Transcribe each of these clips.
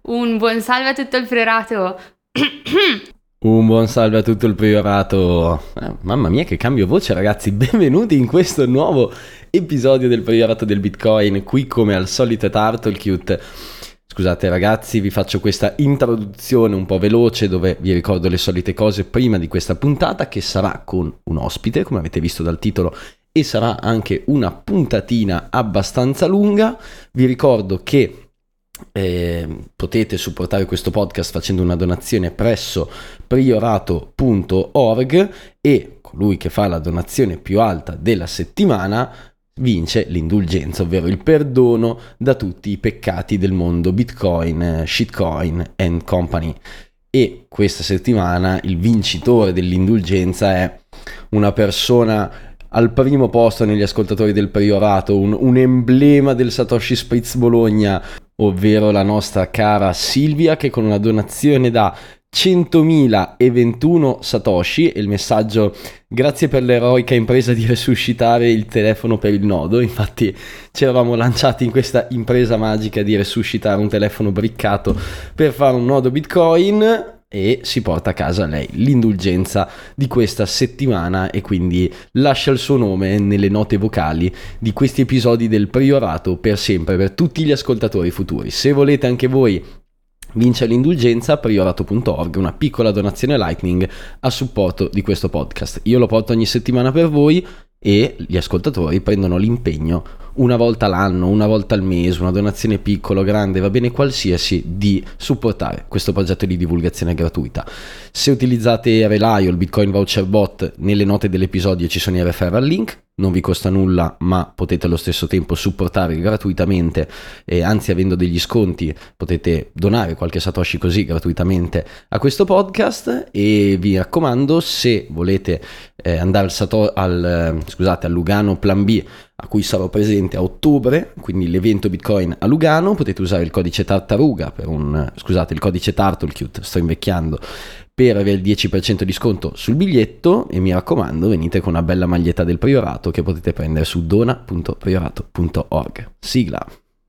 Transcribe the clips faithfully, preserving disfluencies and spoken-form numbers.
Un buon salve a tutto il priorato. Un buon salve a tutto il priorato. Eh, mamma mia che cambio voce, ragazzi. Benvenuti in questo nuovo episodio del priorato del Bitcoin. Qui come al solito è Turtlecute. Scusate ragazzi, vi faccio questa introduzione un po' veloce dove vi ricordo le solite cose prima di questa puntata, che sarà con un ospite, come avete visto dal titolo, e sarà anche una puntatina abbastanza lunga. Vi ricordo che Eh, potete supportare questo podcast facendo una donazione presso priorato punto org e colui che fa la donazione più alta della settimana vince l'indulgenza, ovvero il perdono da tutti i peccati del mondo Bitcoin, shitcoin and company. E questa settimana il vincitore dell'indulgenza è una persona al primo posto negli ascoltatori del priorato, un, un emblema del Satoshi Spritz Bologna, ovvero la nostra cara Silvia, che con una donazione da centomila e ventuno Satoshi, e il messaggio: grazie per l'eroica impresa di resuscitare il telefono per il nodo. Infatti ci eravamo lanciati in questa impresa magica di resuscitare un telefono briccato per fare un nodo Bitcoin, e si porta a casa lei l'indulgenza di questa settimana, e quindi lascia il suo nome nelle note vocali di questi episodi del priorato per sempre, per tutti gli ascoltatori futuri. Se volete anche voi vincere l'indulgenza, priorato punto org, una piccola donazione Lightning a supporto di questo podcast. Io lo porto ogni settimana per voi e gli ascoltatori prendono l'impegno una volta l'anno, una volta al mese, una donazione piccola o grande, va bene qualsiasi, di supportare questo progetto di divulgazione gratuita. Se utilizzate Relai o il Bitcoin Voucher Bot, nelle note dell'episodio ci sono i referral link, non vi costa nulla, ma potete allo stesso tempo supportare gratuitamente, e anzi avendo degli sconti potete donare qualche satoshi così gratuitamente a questo podcast. E vi raccomando, se volete eh, andare al, Sato- al, eh, scusate, al Lugano Plan B, a cui sarò presente a ottobre, quindi l'evento Bitcoin a Lugano, potete usare il codice Tartaruga per un, scusate, il codice Turtlecute, sto invecchiando, per avere il dieci per cento di sconto sul biglietto. E mi raccomando, venite con una bella maglietta del priorato che potete prendere su dona punto priorato punto org. Sigla.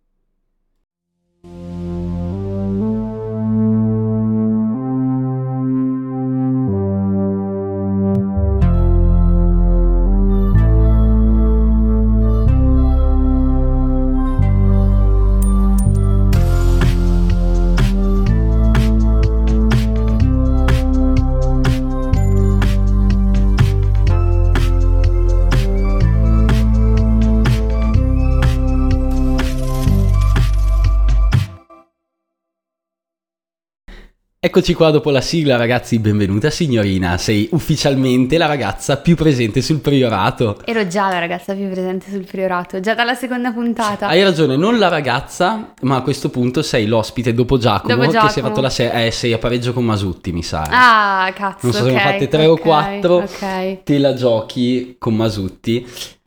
Eccoci qua dopo la sigla, ragazzi. Benvenuta signorina, sei ufficialmente la ragazza più presente sul priorato. Ero già la ragazza più presente sul priorato, già dalla seconda puntata. Hai ragione, non la ragazza, ma a questo punto sei l'ospite dopo Giacomo, dopo Giacomo. Che si è fatto la serie. Eh, sei a pareggio con Masutti, mi sa. Ah, cazzo, non so okay, se ne ho fatte tre okay, o quattro, okay. Te la giochi con Masutti.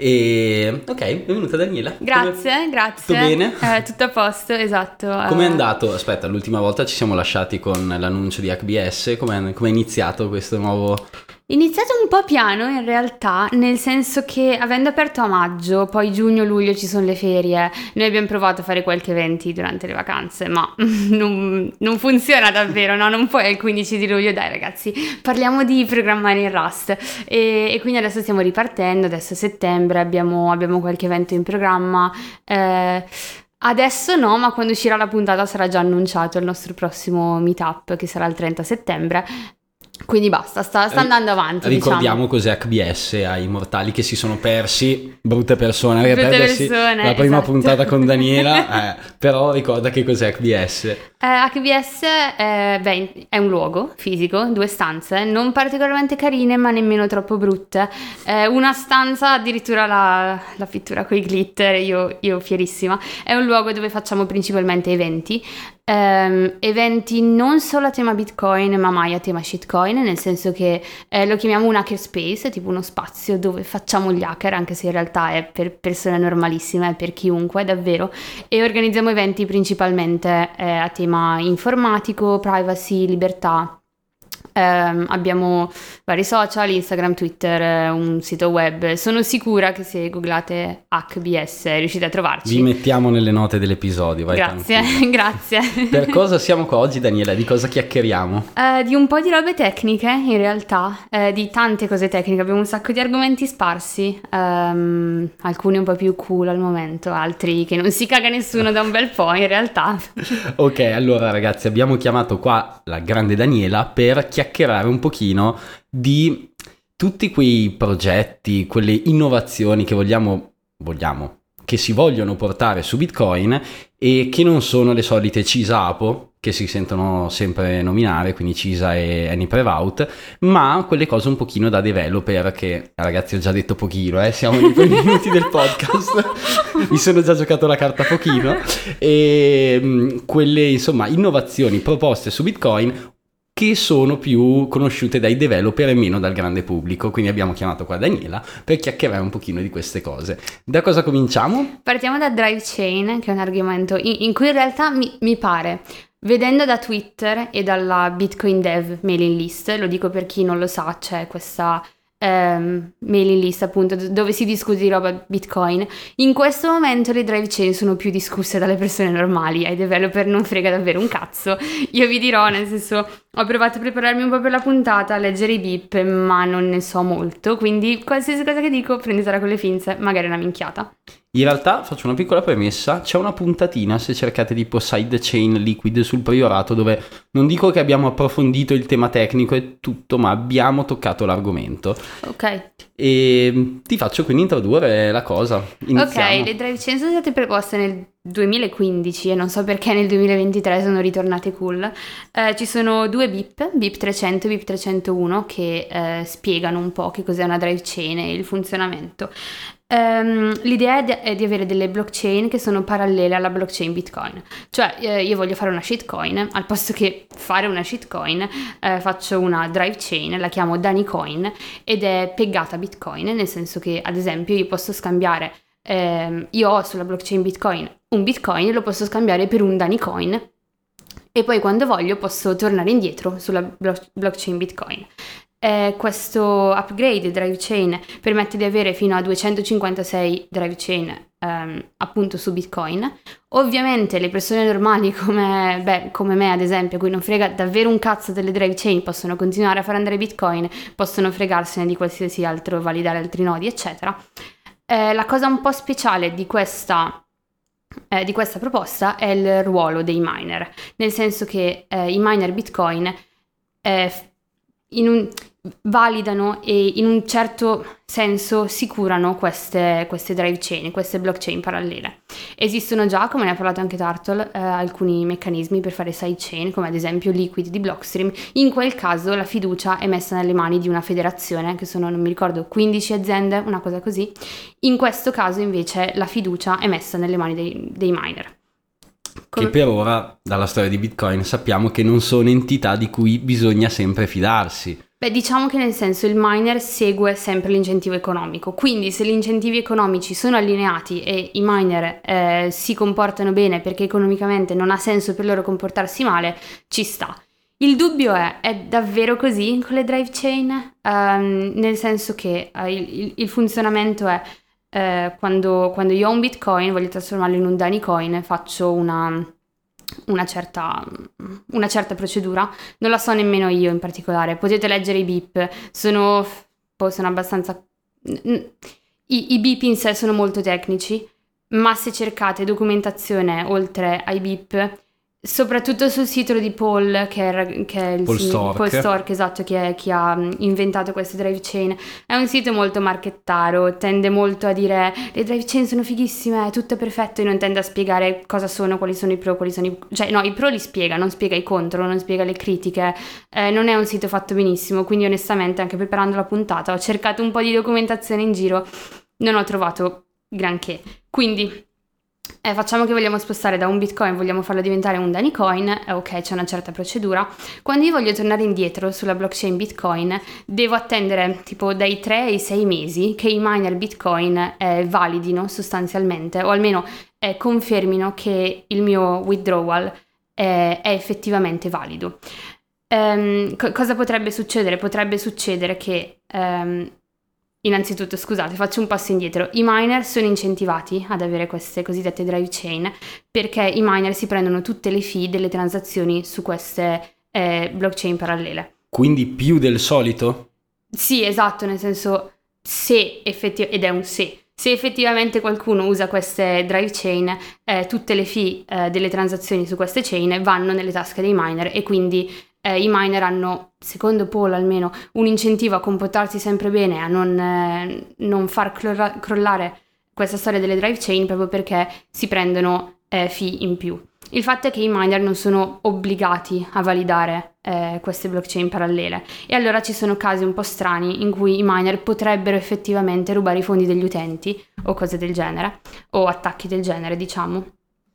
E ok, benvenuta Daniela. Grazie, Come... grazie. Tutto bene? Eh, tutto a posto, esatto. Com'è andato? Aspetta, l'ultima volta ci siamo lasciati con l'annuncio di H B S. Com'è, com'è iniziato questo nuovo... Iniziato un po' piano in realtà, nel senso che avendo aperto a maggio, poi giugno, luglio ci sono le ferie, noi abbiamo provato a fare qualche eventi durante le vacanze, ma non, non funziona davvero, no? Non puoi il quindici di luglio, dai ragazzi, parliamo di programmare in Rust, e, e quindi adesso stiamo ripartendo, adesso è settembre, abbiamo, abbiamo qualche evento in programma, eh, adesso no, ma quando uscirà la puntata sarà già annunciato il nostro prossimo meetup, che sarà il trenta settembre. Quindi basta, sta, sta andando avanti. Ricordiamo diciamo. Cos'è H B S ai mortali che si sono persi, brutte persone, che brutte perdersi persone, la prima esatto. puntata con Daniela, eh, però ricorda che cos'è H B S. Eh, H B S è, beh, è un luogo fisico, due stanze, non particolarmente carine ma nemmeno troppo brutte. Eh, una stanza addirittura la, la pittura con i glitter, io, io fierissima. È un luogo dove facciamo principalmente eventi. Um, eventi non solo a tema Bitcoin ma mai a tema shitcoin, nel senso che eh, lo chiamiamo un hackerspace, tipo uno spazio dove facciamo gli hacker, anche se in realtà è per persone normalissime, è per chiunque davvero, e organizziamo eventi principalmente eh, a tema informatico, privacy, libertà, Ehm, abbiamo vari social, Instagram, Twitter, un sito web. Sono sicura che se googlate H B S riuscite a trovarci. Vi mettiamo nelle note dell'episodio, vai. Grazie, grazie. Per cosa siamo qua oggi, Daniela? Di cosa chiacchieriamo? Eh, di un po' di robe tecniche, in realtà, eh, di tante cose tecniche. Abbiamo un sacco di argomenti sparsi, ehm, alcuni un po' più cool al momento, altri che non si caga nessuno da un bel po', in realtà. Ok, allora ragazzi, abbiamo chiamato qua la grande Daniela per chiacchierare chiacchierare un pochino di tutti quei progetti, quelle innovazioni che vogliamo, vogliamo, che si vogliono portare su Bitcoin e che non sono le solite Cisa Apo, che si sentono sempre nominare, quindi Cisa e Annie Prevost, ma quelle cose un pochino da developer che, ragazzi, ho già detto pochino, eh, siamo nei primi minuti del podcast, mi sono già giocato la carta pochino, e mh, quelle, insomma, innovazioni proposte su Bitcoin che sono più conosciute dai developer e meno dal grande pubblico. Quindi abbiamo chiamato qua Daniela per chiacchierare un pochino di queste cose. Da cosa cominciamo? Partiamo da Drive Chain, che è un argomento in, in cui in realtà mi, mi pare, vedendo da Twitter e dalla Bitcoin Dev mailing list, lo dico per chi non lo sa, c'è questa ehm, mailing list appunto dove si discute di roba Bitcoin. In questo momento le drive chain sono più discusse dalle persone normali, ai developer non frega davvero un cazzo. Io vi dirò, nel senso, ho provato a prepararmi un po' per la puntata, a leggere i bip, ma non ne so molto, quindi qualsiasi cosa che dico prendetela con le pinze, magari è una minchiata. In realtà faccio una piccola premessa, c'è una puntatina se cercate tipo sidechain liquid sul priorato dove non dico che abbiamo approfondito il tema tecnico e tutto, ma abbiamo toccato l'argomento. Ok. E ti faccio quindi introdurre la cosa. Iniziamo. Ok, le drive chain sono state proposte nel duemilaquindici e non so perché nel duemilaventitré sono ritornate cool. Eh, ci sono due bip, bip trecento e bip trecentouno, che eh, spiegano un po' che cos'è una drive chain e il funzionamento. Um, l'idea è di, è di avere delle blockchain che sono parallele alla blockchain Bitcoin, cioè eh, io voglio fare una shitcoin, al posto che fare una shitcoin eh, faccio una drive chain, la chiamo Danicoin ed è pegata a Bitcoin, nel senso che ad esempio io posso scambiare, ehm, io ho sulla blockchain Bitcoin un Bitcoin e lo posso scambiare per un Danicoin e poi quando voglio posso tornare indietro sulla blo- blockchain Bitcoin. Eh, questo upgrade drive chain permette di avere fino a duecentocinquantasei drive chain ehm, appunto su Bitcoin. Ovviamente le persone normali come, beh, come me ad esempio, a cui non frega davvero un cazzo delle drive chain, possono continuare a far andare Bitcoin, possono fregarsene di qualsiasi altro, validare altri nodi eccetera. Eh, la cosa un po' speciale di questa eh, di questa proposta è il ruolo dei miner, nel senso che eh, i miner Bitcoin eh, in un validano e in un certo senso assicurano queste, queste drive chain, queste blockchain parallele. Esistono già, come ne ha parlato anche Turtle, eh, alcuni meccanismi per fare sidechain, come ad esempio Liquid di Blockstream. In quel caso la fiducia è messa nelle mani di una federazione, che sono, non mi ricordo, quindici aziende, una cosa così. In questo caso invece la fiducia è messa nelle mani dei, dei miner. Che per ora, dalla storia di Bitcoin, sappiamo che non sono entità di cui bisogna sempre fidarsi. Beh, diciamo che nel senso il miner segue sempre l'incentivo economico, quindi se gli incentivi economici sono allineati e i miner eh, si comportano bene perché economicamente non ha senso per loro comportarsi male, ci sta. Il dubbio è, è davvero così con le drive chain? Um, nel senso che uh, il, il funzionamento è uh, quando, quando io ho un Bitcoin, voglio trasformarlo in un Danicoin, faccio una... Una certa, una certa procedura, non la so nemmeno io in particolare, potete leggere i bip, sono, sono abbastanza, i, i bip in sé sono molto tecnici, ma se cercate documentazione oltre ai bip, soprattutto sul sito di Paul, che è, che è il Paul sim, Stork. Paul Stork, esatto, che è chi ha inventato queste drive chain, è un sito molto marchettaro, tende molto a dire le drive chain sono fighissime, è tutto perfetto, e non tende a spiegare cosa sono, quali sono i pro, quali sono i... cioè no, i pro li spiega, non spiega i contro, non spiega le critiche, eh, non è un sito fatto benissimo, quindi onestamente anche preparando la puntata ho cercato un po' di documentazione in giro, non ho trovato granché, quindi... Eh, facciamo che vogliamo spostare da un Bitcoin, vogliamo farlo diventare un Danicoin, eh, ok, c'è una certa procedura. Quando io voglio tornare indietro sulla blockchain Bitcoin, devo attendere tipo dai tre ai sei mesi che i miner Bitcoin eh, validino sostanzialmente, o almeno eh, confermino che il mio withdrawal eh, è effettivamente valido. ehm, co- cosa potrebbe succedere? Potrebbe succedere che, ehm, innanzitutto, scusate, faccio un passo indietro. I miner sono incentivati ad avere queste cosiddette drive chain perché i miner si prendono tutte le fee delle transazioni su queste eh, blockchain parallele. Quindi più del solito? Sì, esatto, nel senso, se effettivamente, ed è un se, se effettivamente qualcuno usa queste drive chain, eh, tutte le fee eh, delle transazioni su queste chain vanno nelle tasche dei miner e quindi eh, i miner hanno, secondo Paul almeno, un incentivo a comportarsi sempre bene, a non, eh, non far crolla- crollare questa storia delle drive chain proprio perché si prendono eh, fee in più. Il fatto è che i miner non sono obbligati a validare eh, queste blockchain parallele e allora ci sono casi un po' strani in cui i miner potrebbero effettivamente rubare i fondi degli utenti o cose del genere, o attacchi del genere, diciamo.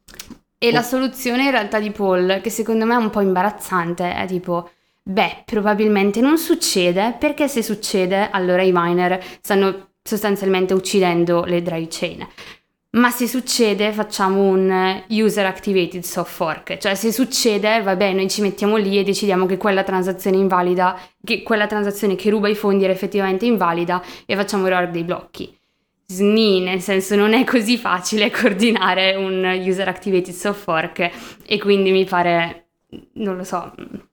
E la soluzione in realtà di Paul, che secondo me è un po' imbarazzante, è tipo, beh, probabilmente non succede, perché se succede, allora i miner stanno sostanzialmente uccidendo le drive chain. Ma se succede, facciamo un user activated soft fork, cioè se succede, vabbè, noi ci mettiamo lì e decidiamo che quella transazione invalida, che quella transazione che ruba i fondi era effettivamente invalida e facciamo il reorg dei blocchi. Sni, nel senso non è così facile coordinare un user activated soft fork e quindi mi pare, non lo so,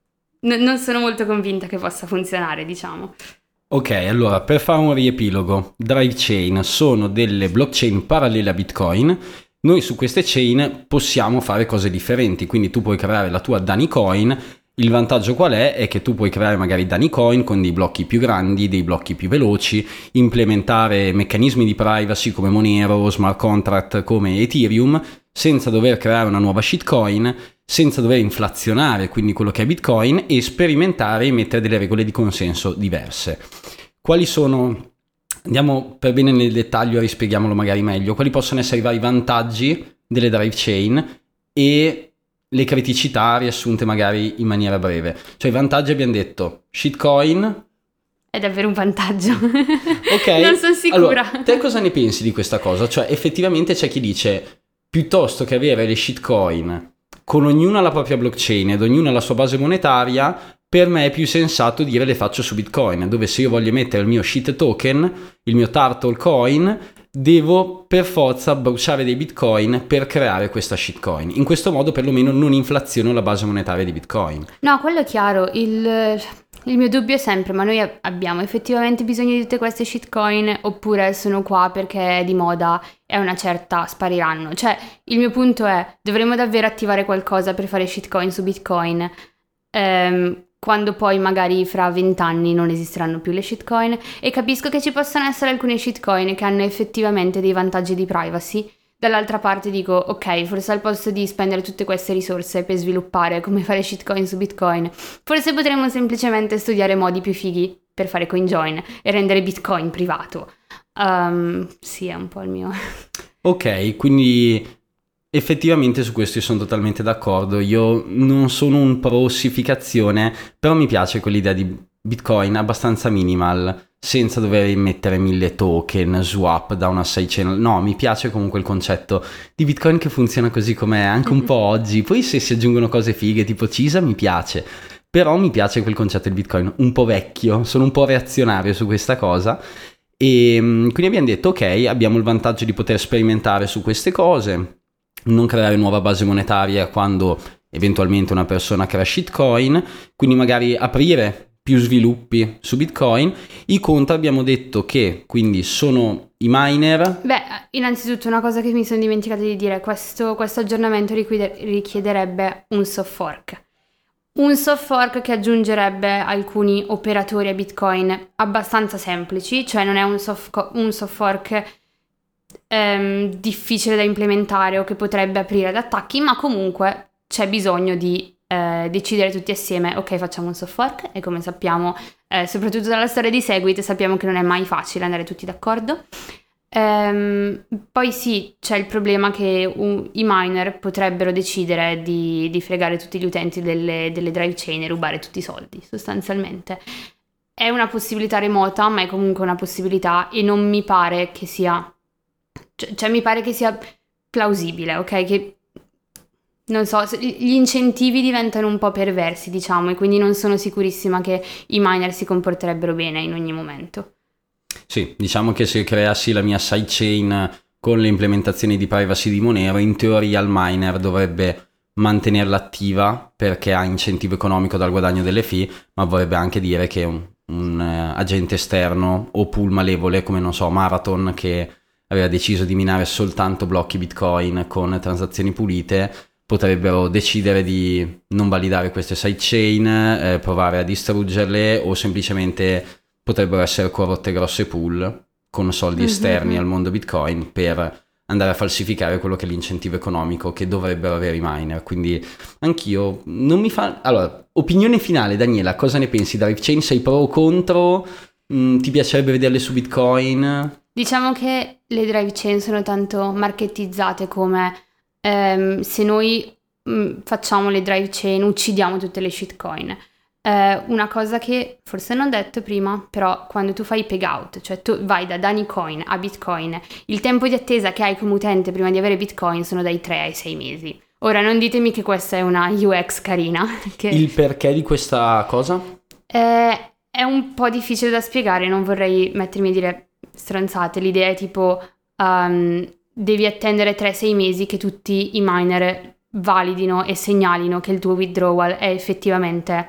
n- non sono molto convinta che possa funzionare, diciamo. Ok, allora per fare un riepilogo, drive chain sono delle blockchain parallele a Bitcoin. Noi su queste chain possiamo fare cose differenti, quindi tu puoi creare la tua Dani Coin. Il vantaggio qual è? È che tu puoi creare magari Dani Coin con dei blocchi più grandi, dei blocchi più veloci, implementare meccanismi di privacy come Monero, smart contract come Ethereum, senza dover creare una nuova shitcoin, senza dover inflazionare quindi quello che è Bitcoin e sperimentare e mettere delle regole di consenso diverse. Quali sono, andiamo per bene nel dettaglio e rispieghiamolo magari meglio, quali possono essere i vari vantaggi delle drive chain e le criticità riassunte magari in maniera breve. Cioè i vantaggi abbiamo detto, shitcoin... È davvero un vantaggio. Ok. Non sono sicura. Allora, te cosa ne pensi di questa cosa? Cioè effettivamente c'è chi dice, piuttosto che avere le shitcoin con ognuna la propria blockchain ed ognuna la sua base monetaria, per me è più sensato dire le faccio su Bitcoin, dove se io voglio mettere il mio shit token, il mio turtle coin, devo per forza bruciare dei Bitcoin per creare questa shitcoin. In questo modo perlomeno non inflaziono la base monetaria di Bitcoin. No, quello è chiaro. Il, il mio dubbio è sempre, ma noi abbiamo effettivamente bisogno di tutte queste shitcoin oppure sono qua perché è di moda e a una certa spariranno? Cioè, il mio punto è, dovremmo davvero attivare qualcosa per fare shitcoin su Bitcoin ehm, quando poi magari fra vent'anni non esisteranno più le shitcoin, e capisco che ci possono essere alcune shitcoin che hanno effettivamente dei vantaggi di privacy. Dall'altra parte dico, ok, forse al posto di spendere tutte queste risorse per sviluppare come fare shitcoin su Bitcoin, forse potremmo semplicemente studiare modi più fighi per fare CoinJoin e rendere Bitcoin privato. Um, sì, è un po' il mio... Ok, quindi effettivamente su questo io sono totalmente d'accordo. Io non sono un pro ossificazione, però mi piace quell'idea di Bitcoin abbastanza minimal, senza dover mettere mille token, swap da una side channel. No, mi piace comunque il concetto di Bitcoin che funziona così com'è, anche un po' oggi. Poi se si aggiungono cose fighe tipo Cisa mi piace, però mi piace quel concetto di Bitcoin un po' vecchio, sono un po' reazionario su questa cosa. E quindi abbiamo detto ok, abbiamo il vantaggio di poter sperimentare su queste cose, non creare nuova base monetaria quando eventualmente una persona crea shitcoin, quindi magari aprire più sviluppi su Bitcoin. I contro abbiamo detto che quindi sono i miner. Beh, innanzitutto una cosa che mi sono dimenticata di dire, questo, questo aggiornamento richiede- richiederebbe un soft fork. Un soft fork che aggiungerebbe alcuni operatori a Bitcoin abbastanza semplici, cioè non è un soft, co- un soft fork ehm, difficile da implementare o che potrebbe aprire ad attacchi, ma comunque c'è bisogno di eh, decidere tutti assieme, ok, facciamo un soft fork, e come sappiamo, eh, soprattutto dalla storia di Segwit, sappiamo che non è mai facile andare tutti d'accordo. Ehm, poi sì, c'è il problema che un- i miner potrebbero decidere di, di fregare tutti gli utenti delle, delle drive chain e rubare tutti i soldi, sostanzialmente. È una possibilità remota, ma è comunque una possibilità e non mi pare che sia... Cioè, cioè mi pare che sia plausibile, ok? Che non so, gli incentivi diventano un po' perversi, diciamo, e quindi non sono sicurissima che i miner si comporterebbero bene in ogni momento. Sì, diciamo che se creassi la mia sidechain con le implementazioni di privacy di Monero, in teoria il miner dovrebbe mantenerla attiva perché ha incentivo economico dal guadagno delle fee, ma vorrebbe anche dire che un, un uh, agente esterno o pool malevole come, non so, Marathon, che aveva deciso di minare soltanto blocchi Bitcoin con transazioni pulite, potrebbero decidere di non validare queste sidechain, eh, provare a distruggerle, o semplicemente potrebbero essere corrotte grosse pool con soldi Mhm. esterni al mondo Bitcoin per andare a falsificare quello che è l'incentivo economico che dovrebbero avere i miner. Quindi anch'io non mi fa... Allora, opinione finale, Daniela, cosa ne pensi? Drive chain, sei pro o contro? Mm, ti piacerebbe vederle su Bitcoin? Diciamo che le drive chain sono tanto marketizzate come ehm, se noi mh, facciamo le drive chain uccidiamo tutte le shitcoin. Eh, una cosa che forse non ho detto prima, però quando tu fai payout, cioè tu vai da Danicoin a Bitcoin, il tempo di attesa che hai come utente prima di avere Bitcoin sono dai tre ai sei mesi. Ora non ditemi che questa è una U X carina. Che... Il perché di questa cosa? Eh, è un po' difficile da spiegare, non vorrei mettermi a dire stronzate. L'idea è tipo um, devi attendere tre sei mesi che tutti i miner validino e segnalino che il tuo withdrawal è effettivamente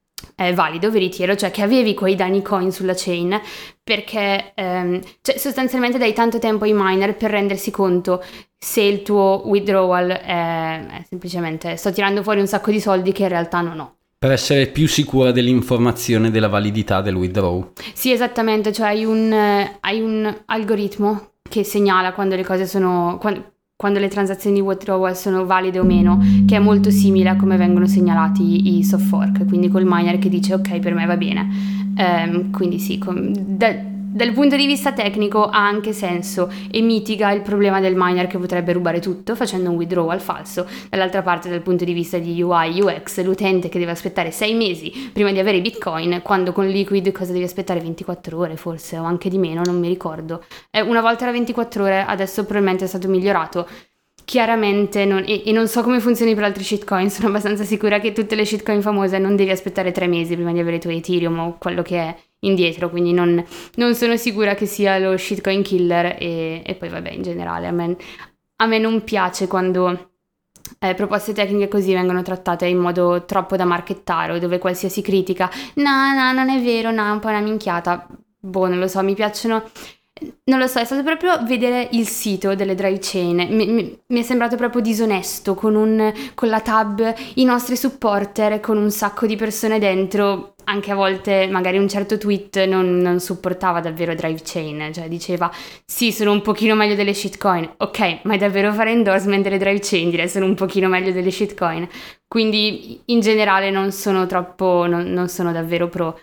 è valido, veritiero, cioè che avevi quei Danicoin sulla chain, perché um, cioè sostanzialmente dai tanto tempo ai miner per rendersi conto se il tuo withdrawal è, è semplicemente sto tirando fuori un sacco di soldi che in realtà non ho. Per essere più sicura dell'informazione della validità del withdraw. Sì, esattamente, cioè hai un, eh, hai un algoritmo che segnala quando le cose sono, quando, quando le transazioni di withdrawal sono valide o meno, che è molto simile a come vengono segnalati i soft fork, quindi col miner che dice ok, per me va bene. Ehm, quindi sì, com- da- dal punto di vista tecnico ha anche senso e mitiga il problema del miner che potrebbe rubare tutto facendo un withdrawal falso. Dall'altra parte, dal punto di vista di U I U X, l'utente che deve aspettare sei mesi prima di avere Bitcoin, quando con Liquid cosa devi aspettare? ventiquattro ore forse, o anche di meno, non mi ricordo. Eh, una volta era ventiquattro ore, adesso probabilmente è stato migliorato. Chiaramente, non, e, e non so come funzioni per altri shitcoin, sono abbastanza sicura che tutte le shitcoin famose non devi aspettare tre mesi prima di avere i tuoi Ethereum o quello che è indietro, quindi non, non sono sicura che sia lo shitcoin killer e, e poi vabbè, in generale a me, a me non piace quando eh, proposte tecniche così vengono trattate in modo troppo da marchettaro, dove qualsiasi critica, no, no, non è vero, no, è un po' una minchiata, boh, non lo so, mi piacciono... Non lo so, è stato proprio vedere il sito delle drive chain, mi, mi, mi è sembrato proprio disonesto, con, un, con la tab, i nostri supporter, con un sacco di persone dentro, anche a volte magari un certo tweet non, non supportava davvero drive chain, cioè diceva sì, sono un pochino meglio delle shitcoin, ok, ma è davvero fare endorsement delle drive chain, dire sono un pochino meglio delle shitcoin, quindi in generale non sono troppo, non, non sono davvero pro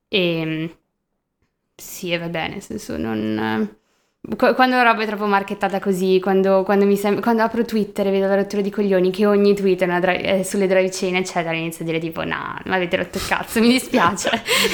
e... Sì, e va bene, nel senso non... Quando la roba è troppo marchettata così, quando, quando, mi sem- quando apro Twitter e vedo la rottura di coglioni che ogni tweet è una dri- è sulle drive chain, eccetera, inizio a dire tipo, no, mi avete rotto il cazzo, mi dispiace.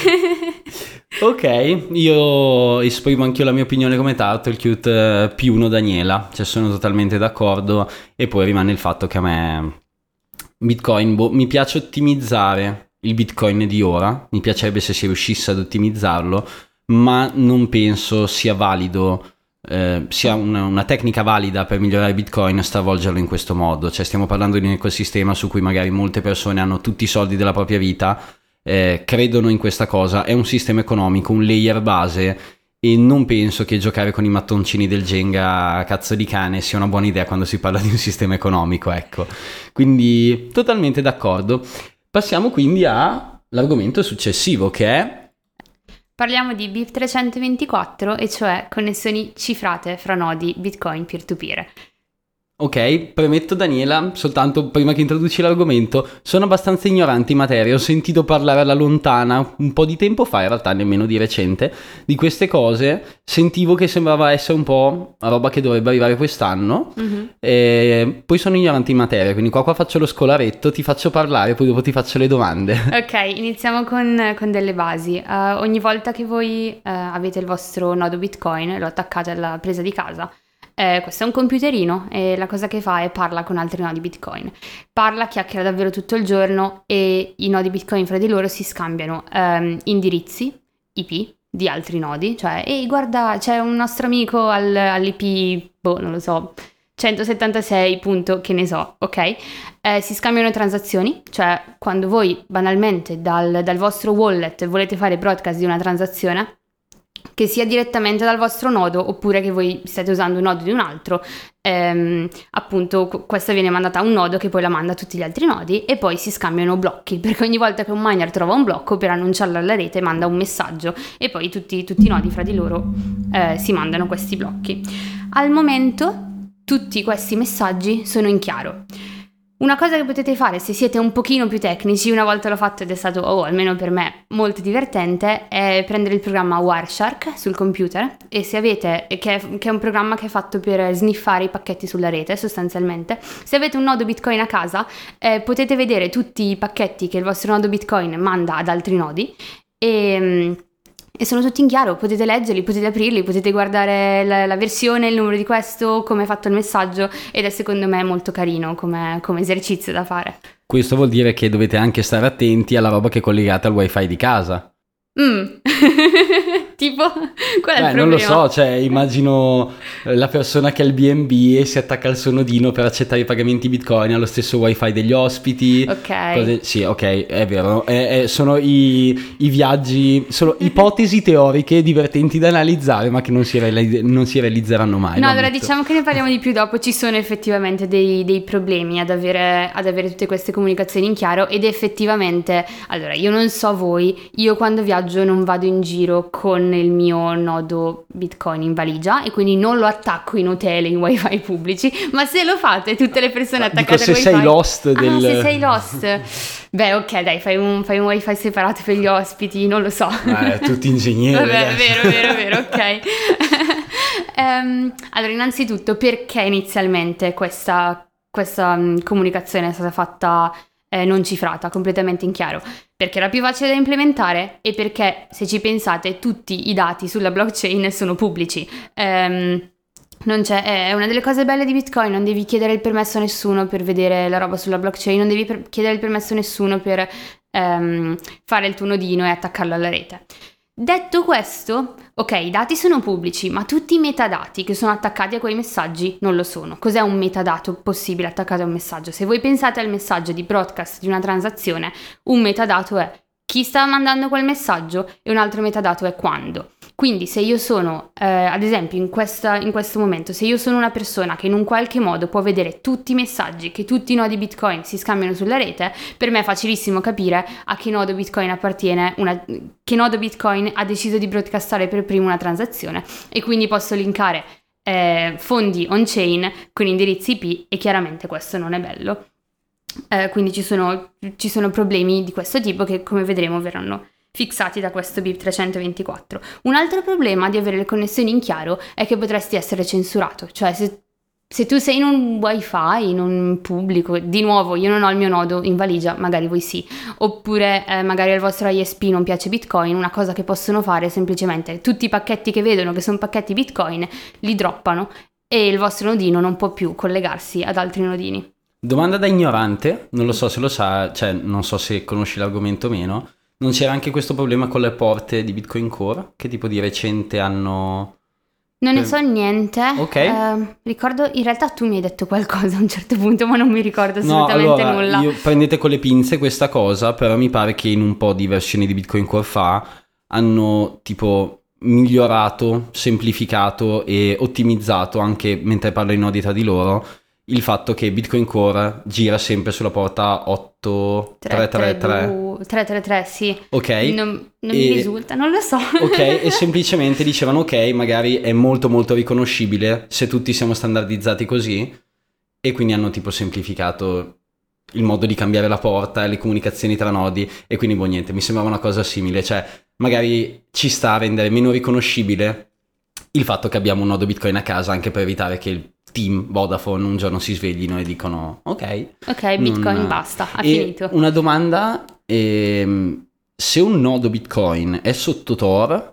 Ok, io esprimo anch'io la mia opinione come Turtlecute più uno Daniela, cioè sono totalmente d'accordo, e poi rimane il fatto che a me Bitcoin, boh, mi piace ottimizzare il Bitcoin di ora, mi piacerebbe se si riuscisse ad ottimizzarlo, ma non penso sia valido, eh, sia una, una tecnica valida per migliorare Bitcoin stravolgerlo in questo modo. Cioè stiamo parlando di un ecosistema su cui magari molte persone hanno tutti i soldi della propria vita, eh, credono in questa cosa, è un sistema economico, un layer base, e non penso che giocare con i mattoncini del Jenga a cazzo di cane sia una buona idea quando si parla di un sistema economico, ecco. Quindi totalmente d'accordo. Passiamo quindi all'argomento successivo, che è... Parliamo di B I P trecentoventiquattro, e cioè connessioni cifrate fra nodi Bitcoin peer-to-peer. Ok, premetto Daniela, soltanto prima che introduci l'argomento, sono abbastanza ignorante in materia, ho sentito parlare alla lontana un po' di tempo fa, in realtà nemmeno di recente, di queste cose, sentivo che sembrava essere un po' roba che dovrebbe arrivare quest'anno, mm-hmm. E poi sono ignorante in materia, quindi qua, qua faccio lo scolaretto, ti faccio parlare, poi dopo ti faccio le domande. Ok, iniziamo con, con delle basi. Uh, ogni volta che voi uh, avete il vostro nodo Bitcoin, lo attaccate alla presa di casa, Eh, questo è un computerino e la cosa che fa è parla con altri nodi Bitcoin. Parla, chiacchiera davvero tutto il giorno e i nodi Bitcoin fra di loro si scambiano ehm, indirizzi I P di altri nodi, cioè ehi guarda c'è un nostro amico al, all'I P, boh non lo so, centosettantasei punto che ne so, ok? Eh, si scambiano transazioni, cioè quando voi banalmente dal, dal vostro wallet volete fare broadcast di una transazione, che sia direttamente dal vostro nodo oppure che voi state usando un nodo di un altro, ehm, appunto questa viene mandata a un nodo che poi la manda a tutti gli altri nodi e poi si scambiano blocchi, perché ogni volta che un miner trova un blocco per annunciarlo alla rete manda un messaggio e poi tutti, tutti i nodi fra di loro eh, si mandano questi blocchi. Al momento tutti questi messaggi sono in chiaro. Una cosa che potete fare se siete un pochino più tecnici, una volta l'ho fatto ed è stato, oh, almeno per me, molto divertente, è prendere il programma Wireshark sul computer e se avete, che è, che è un programma che è fatto per sniffare i pacchetti sulla rete sostanzialmente, se avete un nodo Bitcoin a casa eh, potete vedere tutti i pacchetti che il vostro nodo Bitcoin manda ad altri nodi e... E sono tutti in chiaro, potete leggerli, potete aprirli, potete guardare la, la versione, il numero di questo, come è fatto il messaggio ed è secondo me molto carino come, come esercizio da fare. Questo vuol dire che dovete anche stare attenti alla roba che collegate al wifi di casa. Mm. Tipo, qual è Beh, il problema? non lo so, cioè immagino la persona che ha il B and B e si attacca al suo nodino per accettare i pagamenti Bitcoin allo stesso wifi degli ospiti. Ok. Cose... Sì, ok, è vero. È, è, sono i, i viaggi, sono ipotesi teoriche divertenti da analizzare, ma che non si, reali- non si realizzeranno mai. No, allora ammetto. diciamo che ne parliamo di più dopo. Ci sono effettivamente dei, dei problemi ad avere, ad avere tutte queste comunicazioni in chiaro ed effettivamente, allora io non so voi, io quando viaggio non vado in giro con il mio nodo Bitcoin in valigia e quindi non lo attacco in hotel, in wifi pubblici, ma se lo fate tutte le persone attaccate Dico, al se wifi... sei lost del... Ah, se sei lost... Beh, ok, dai, fai un, fai un wifi separato per gli ospiti, non lo so. Eh, tutti ingegneri. Vabbè, è vero, vero, vero, ok. um, allora, innanzitutto, perché inizialmente questa, questa um, comunicazione è stata fatta eh, non cifrata, completamente in chiaro? Perché era più facile da implementare e perché, se ci pensate, tutti i dati sulla blockchain sono pubblici. Um, Non c'è, è una delle cose belle di Bitcoin, non devi chiedere il permesso a nessuno per vedere la roba sulla blockchain, non devi per- chiedere il permesso a nessuno per ehm, fare il tuo nodino e attaccarlo alla rete. Detto questo, ok, i dati sono pubblici, ma tutti i metadati che sono attaccati a quei messaggi non lo sono. Cos'è un metadato possibile attaccato a un messaggio? Se voi pensate al messaggio di broadcast di una transazione, un metadato è chi sta mandando quel messaggio e un altro metadato è quando. Quindi se io sono, eh, ad esempio in, questa, in questo momento, se io sono una persona che in un qualche modo può vedere tutti i messaggi che tutti i nodi Bitcoin si scambiano sulla rete, per me è facilissimo capire a che nodo Bitcoin appartiene, una, che nodo Bitcoin ha deciso di broadcastare per primo una transazione e quindi posso linkare eh, fondi on-chain con indirizzi I P e chiaramente questo non è bello. Eh, quindi ci sono, ci sono problemi di questo tipo che come vedremo verranno fissati da questo B I P trecentoventiquattro. Un altro problema di avere le connessioni in chiaro è che potresti essere censurato, cioè se, se tu sei in un wifi, in un pubblico, di nuovo io non ho il mio nodo in valigia, magari voi sì, oppure eh, magari al vostro I S P non piace Bitcoin, una cosa che possono fare è semplicemente tutti i pacchetti che vedono che sono pacchetti Bitcoin li droppano e il vostro nodino non può più collegarsi ad altri nodini. Domanda da ignorante, non lo so se lo sa, cioè non so se conosci l'argomento o meno. Non c'era anche questo problema con le porte di Bitcoin Core? Che tipo di recente hanno... Non ne so niente. Ok. Eh, ricordo, in realtà tu mi hai detto qualcosa a un certo punto, ma non mi ricordo assolutamente no, allora, nulla. Io, prendete con le pinze questa cosa, però mi pare che in un po' di versioni di Bitcoin Core fa hanno tipo migliorato, semplificato e ottimizzato, anche mentre parlo i nodi tra di loro, il fatto che Bitcoin Core gira sempre sulla porta otto tre tre tre. tre tre tre, sì. Ok. Non, non e... mi risulta, non lo so. Ok, e semplicemente dicevano ok, magari è molto molto riconoscibile se tutti siamo standardizzati così, e quindi hanno tipo semplificato il modo di cambiare la porta e le comunicazioni tra nodi, e quindi boh, niente, mi sembrava una cosa simile, cioè magari ci sta a rendere meno riconoscibile il fatto che abbiamo un nodo Bitcoin a casa, anche per evitare che il team Vodafone un giorno si sveglino e dicono ok, ok, Bitcoin non... basta, ha e finito. Una domanda, ehm, se un nodo Bitcoin è sotto Tor,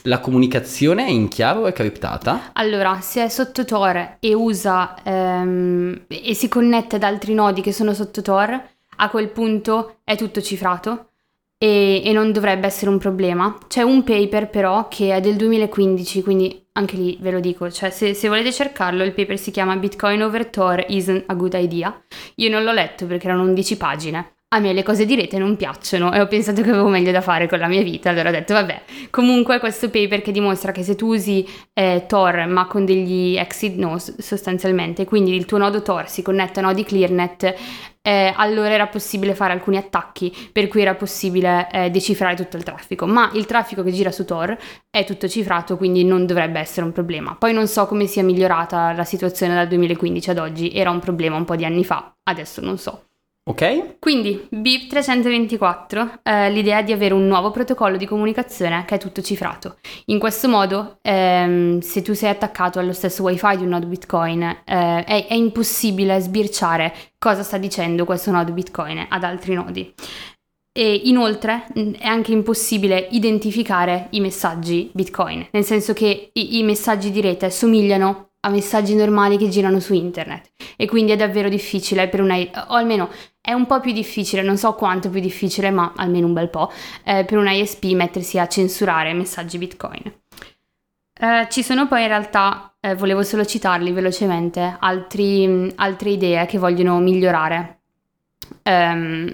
La comunicazione è in chiaro o è criptata? Allora, se è sotto Tor e usa ehm, e si connette ad altri nodi che sono sotto Tor, a quel punto è tutto cifrato e, e non dovrebbe essere un problema. C'è un paper però che è del duemilaquindici, quindi anche lì ve lo dico, cioè se, se volete cercarlo, il paper si chiama Bitcoin over Tor isn't a good idea. Io non l'ho letto perché erano undici pagine. A me le cose di rete non piacciono e ho pensato che avevo meglio da fare con la mia vita, allora ho detto vabbè. Comunque questo paper che dimostra che se tu usi eh, Tor ma con degli exit nodes sostanzialmente, quindi il tuo nodo Tor si connette a nodi ClearNet, eh, allora era possibile fare alcuni attacchi per cui era possibile eh, decifrare tutto il traffico, ma il traffico che gira su Tor è tutto cifrato, quindi non dovrebbe essere un problema. Poi non so come sia migliorata la situazione dal duemilaquindici ad oggi, era un problema un po' di anni fa, adesso non so. Ok. Quindi B I P trecentoventiquattro, eh, l'idea è di avere un nuovo protocollo di comunicazione che è tutto cifrato. In questo modo, ehm, se tu sei attaccato allo stesso wifi di un nodo Bitcoin, eh, è, è impossibile sbirciare cosa sta dicendo questo nodo Bitcoin ad altri nodi. E inoltre è anche impossibile identificare i messaggi Bitcoin, nel senso che i, i messaggi di rete somigliano a messaggi normali che girano su internet e quindi è davvero difficile per una, o almeno è un po' più difficile, non so quanto più difficile, ma almeno un bel po', eh, per un I S P mettersi a censurare messaggi Bitcoin. Eh, ci sono poi in realtà, eh, volevo solo citarli velocemente, altri, altre idee che vogliono migliorare um,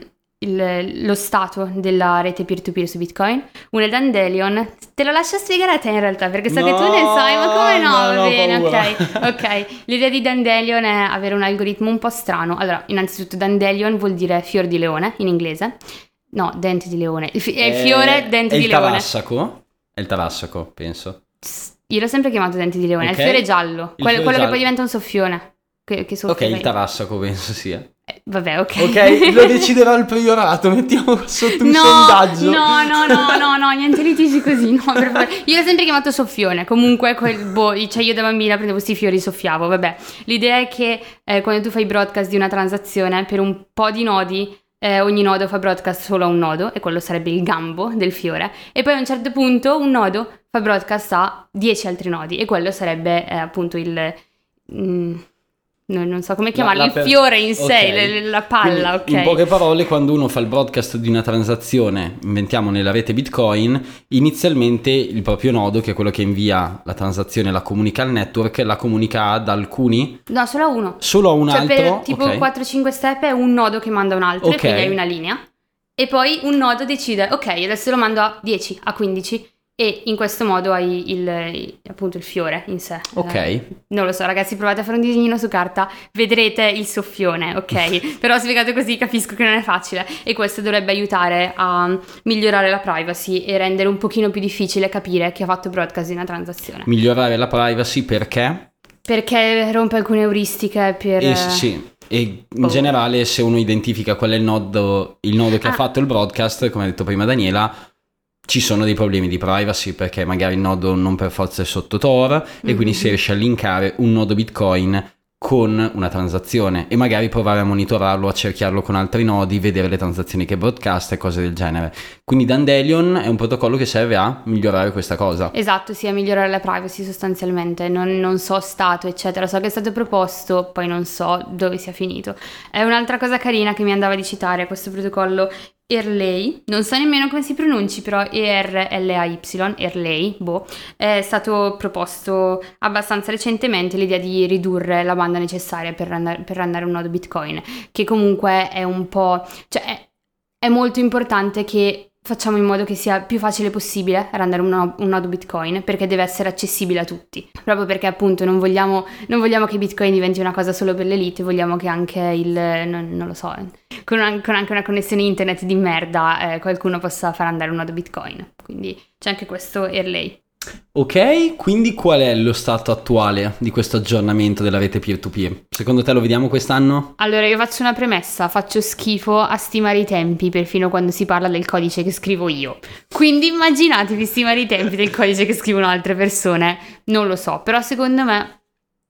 il, lo stato della rete peer-to-peer su Bitcoin. Una è Dandelion, te lo lascio spiegare a te in realtà perché so No, che tu ne sai, ma come no? no, Va no, bene, paura. ok, ok. L'idea di Dandelion è avere un algoritmo un po' strano. Allora, innanzitutto Dandelion vuol dire fior di leone in inglese. No, dente di leone. È il fiore dente è di il leone. Tarassaco? È il Tarassaco, penso. Io l'ho sempre chiamato dente di leone, Ok. è il fiore giallo, Il quello, fiore quello giallo. che poi diventa un soffione. Che, che soffia Ok, il dai- Tarassaco penso sia. eh, vabbè, ok. Ok, lo deciderà il priorato, mettiamo sotto un No, sondaggio. no, no, no, no, no, niente litigi così, no, per favore. Io l'ho sempre chiamato soffione, comunque, quel, boh, cioè io da bambina prendevo sti fiori e soffiavo, vabbè. L'idea è che eh, quando tu fai broadcast di una transazione, per un po' di nodi, eh, ogni nodo fa broadcast solo a un nodo, e quello sarebbe il gambo del fiore, e poi a un certo punto un nodo fa broadcast a dieci altri nodi, e quello sarebbe eh, appunto il... mm, no, non so come chiamarlo, La- la il per- fiore in sé, ok. le- la palla, Quindi, ok. in poche parole, quando uno fa il broadcast di una transazione, inventiamo nella rete Bitcoin, inizialmente il proprio nodo, che è quello che invia la transazione, la comunica al network, la comunica ad alcuni, No, solo a uno. solo a un Cioè altro. per tipo ok. quattro cinque step è un nodo che manda a un altro, Ok. e quindi hai una linea. E poi un nodo decide, ok, adesso lo mando a dieci, a quindici, e in questo modo hai il, il- appunto il fiore in sé. Ok. Eh, non lo so ragazzi, provate a fare un disegnino su carta, vedrete il soffione, ok? Però spiegato così capisco che non è facile, e questo dovrebbe aiutare a migliorare la privacy e rendere un pochino più difficile capire chi ha fatto broadcast di una transazione. Migliorare la privacy perché? Perché rompe alcune euristiche per... Eh, sì, sì. E in boh. generale, se uno identifica qual è il nodo, il nodo che Ah. ha fatto il broadcast, come ha detto prima Daniela, ci sono dei problemi di privacy perché magari il nodo non per forza è sotto Tor e quindi Mhm. si riesce a linkare un nodo Bitcoin con una transazione e magari provare a monitorarlo, a cerchiarlo con altri nodi, vedere le transazioni che broadcast e cose del genere. Quindi Dandelion è un protocollo che serve a migliorare questa cosa. Esatto, sì, a migliorare la privacy sostanzialmente, non, non so stato eccetera, so che è stato proposto, poi non so dove sia finito. È un'altra cosa carina che mi andava di citare questo protocollo Erlay, non so nemmeno come si pronunci, però E R L A Y, Erlay, boh, è stato proposto abbastanza recentemente l'idea di ridurre la banda necessaria per runnare, per runnare un nodo Bitcoin, che comunque è un po', cioè è, è molto importante che facciamo in modo che sia più facile possibile runnare un, no- un nodo Bitcoin, perché deve essere accessibile a tutti, proprio perché appunto non vogliamo, non vogliamo che Bitcoin diventi una cosa solo per l'elite, vogliamo che anche il, non, non lo so, con, un- con anche una connessione internet di merda eh, qualcuno possa far andare un nodo Bitcoin, quindi c'è anche questo Erlay. Ok, quindi qual è lo stato attuale di questo aggiornamento della rete peer-to-peer? Secondo te lo vediamo quest'anno? Allora io faccio una premessa, faccio schifo a stimare i tempi perfino quando si parla del codice che scrivo io, quindi immaginatevi stimare i tempi del codice che scrivono altre persone, non lo so, però secondo me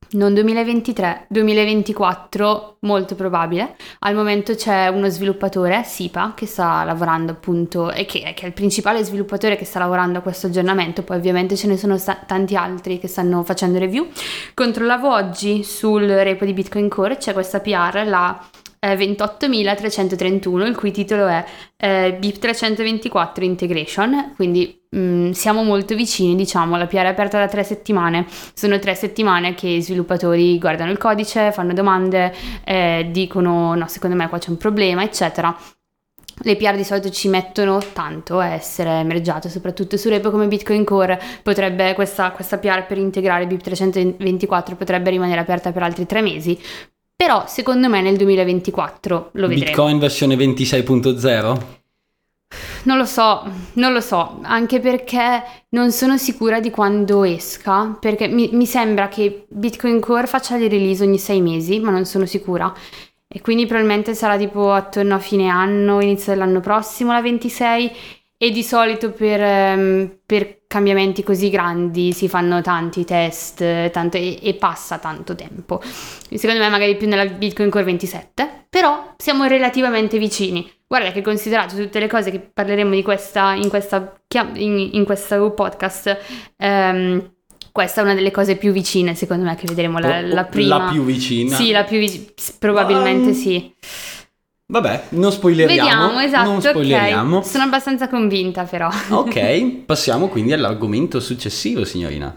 non duemilaventitré, duemilaventiquattro, molto probabile. Al momento c'è uno sviluppatore, SIPA, che sta lavorando appunto, e che, che è il principale sviluppatore che sta lavorando a questo aggiornamento, poi ovviamente ce ne sono sta- tanti altri che stanno facendo review. Controllavo oggi sul repo di Bitcoin Core, c'è questa P R, la eh, ventottomilatrecentotrentuno, il cui titolo è eh, B I P trecentoventiquattro Integration, quindi mh, siamo molto vicini, diciamo. La P R è aperta da tre settimane, sono tre settimane che i sviluppatori guardano il codice, fanno domande, eh, dicono no, secondo me qua c'è un problema, eccetera. Le P R di solito ci mettono tanto a essere mergiate, soprattutto su repo come Bitcoin Core. Potrebbe questa, questa P R per integrare B I P trecentoventiquattro potrebbe rimanere aperta per altri tre mesi, però secondo me nel duemilaventiquattro lo vedremo. Bitcoin versione ventisei punto zero? Non lo so, non lo so, anche perché non sono sicura di quando esca, perché mi, mi sembra che Bitcoin Core faccia le release ogni sei mesi, ma non sono sicura. E quindi probabilmente sarà tipo attorno a fine anno, inizio dell'anno prossimo la ventisei, e di solito per, um, per cambiamenti così grandi si fanno tanti test tanto, e, e passa tanto tempo. Secondo me magari più nella Bitcoin Core ventisette, però siamo relativamente vicini. Guarda che, considerato tutte le cose che parleremo di questa, in, questa, in, in questo podcast, um, questa è una delle cose più vicine, secondo me, che vedremo la, la prima. La più vicina? Sì, la più vicina, probabilmente um, sì. Vabbè, non spoileriamo. Vediamo, esatto, non spoileriamo. Ok. Sono abbastanza convinta, però. Ok, passiamo quindi all'argomento successivo, signorina.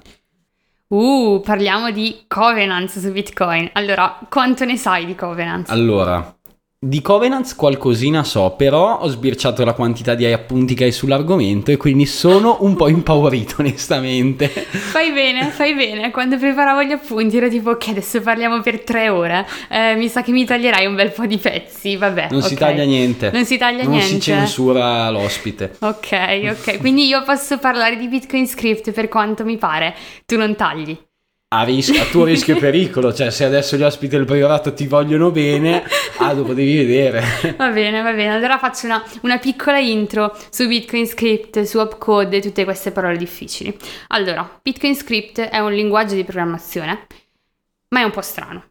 Uh, parliamo di Covenants su Bitcoin. Allora, quanto ne sai di Covenants? Allora, di Covenants qualcosina so, però ho sbirciato la quantità di appunti che hai sull'argomento e quindi sono un po' impaurito, onestamente. Fai bene, fai bene. Quando preparavo gli appunti ero tipo, ok, adesso parliamo per tre ore. Eh, mi sa che mi taglierai un bel po' di pezzi, vabbè. Non okay. si taglia niente. Non si taglia non niente. Non si censura l'ospite. Ok, ok. Quindi io posso parlare di Bitcoin Script per quanto mi pare. Tu non tagli. A, rischio, a tuo rischio e pericolo, cioè se adesso gli ospiti del priorato ti vogliono bene, ah, dopo devi vedere. Va bene, va bene, allora faccio una, una piccola intro su Bitcoin Script, su opcode e tutte queste parole difficili. Allora, Bitcoin Script è un linguaggio di programmazione, ma è un po' strano.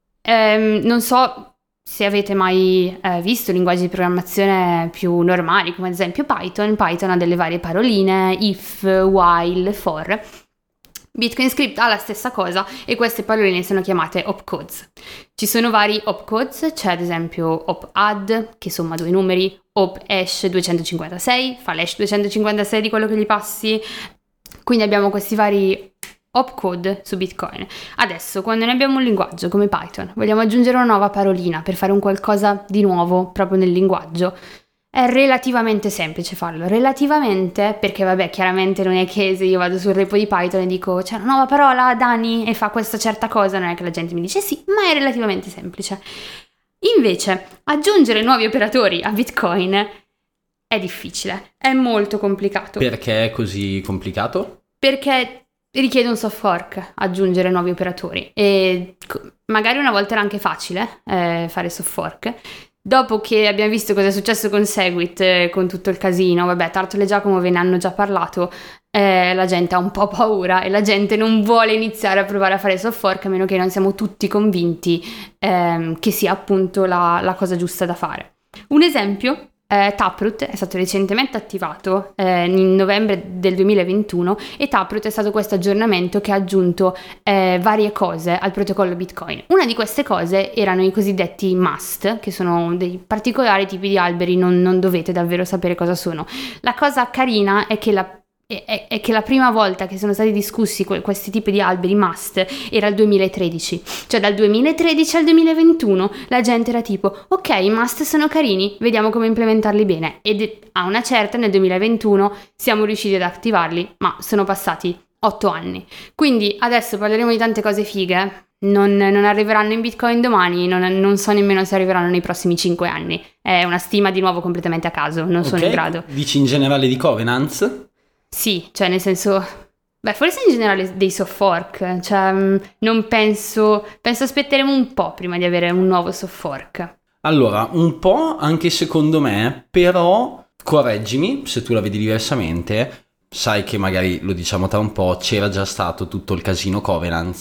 Ehm, non so se avete mai eh, visto linguaggi di programmazione più normali, come ad esempio Python. Python ha delle varie paroline, if, while, for. Bitcoin Script ha la stessa cosa e queste paroline sono chiamate opcodes. Ci sono vari opcodes, c'è ad esempio opadd, che somma due numeri, ophash duecentocinquantasei, fa l'hash duecentocinquantasei di quello che gli passi. Quindi abbiamo questi vari opcode su Bitcoin. Adesso, quando ne abbiamo un linguaggio come Python, vogliamo aggiungere una nuova parolina per fare un qualcosa di nuovo proprio nel linguaggio, è relativamente semplice farlo, relativamente, perché vabbè, chiaramente non è che se io vado sul repo di Python e dico c'è una nuova parola, Dani, e fa questa certa cosa, non è che la gente mi dice sì, ma è relativamente semplice. Invece, aggiungere nuovi operatori a Bitcoin è difficile, è molto complicato. Perché è così complicato? Perché richiede un soft fork aggiungere nuovi operatori e magari una volta era anche facile eh, fare soft fork. Dopo che abbiamo visto cosa è successo con Segwit, eh, con tutto il casino, vabbè, Tartol e Giacomo ve ne hanno già parlato, eh, la gente ha un po' paura e la gente non vuole iniziare a provare a fare soft fork a meno che non siamo tutti convinti ehm, che sia appunto la, la cosa giusta da fare. Un esempio, eh, Taproot è stato recentemente attivato eh, in novembre del duemilaventuno e Taproot è stato questo aggiornamento che ha aggiunto eh, varie cose al protocollo Bitcoin. Una di queste cose erano i cosiddetti must, che sono dei particolari tipi di alberi, non, non dovete davvero sapere cosa sono. La cosa carina è che la È, è che la prima volta che sono stati discussi que- questi tipi di alberi must era il duemilatredici, cioè dal duemilatredici al duemilaventuno la gente era tipo ok, i must sono carini, vediamo come implementarli bene, ed a una certa nel duemilaventuno siamo riusciti ad attivarli, ma sono passati otto anni. Quindi adesso parleremo di tante cose fighe, non, non arriveranno in Bitcoin domani, non, non so nemmeno se arriveranno nei prossimi cinque anni, è una stima di nuovo completamente a caso, non okay. sono in grado. Dici in generale di Covenants? Sì, cioè nel senso, beh, forse in generale dei soft fork, cioè non penso, penso aspetteremo un po' prima di avere un nuovo soft fork. Allora, un po' anche secondo me, però correggimi se tu la vedi diversamente, sai che magari lo diciamo tra un po', c'era già stato tutto il casino Covenants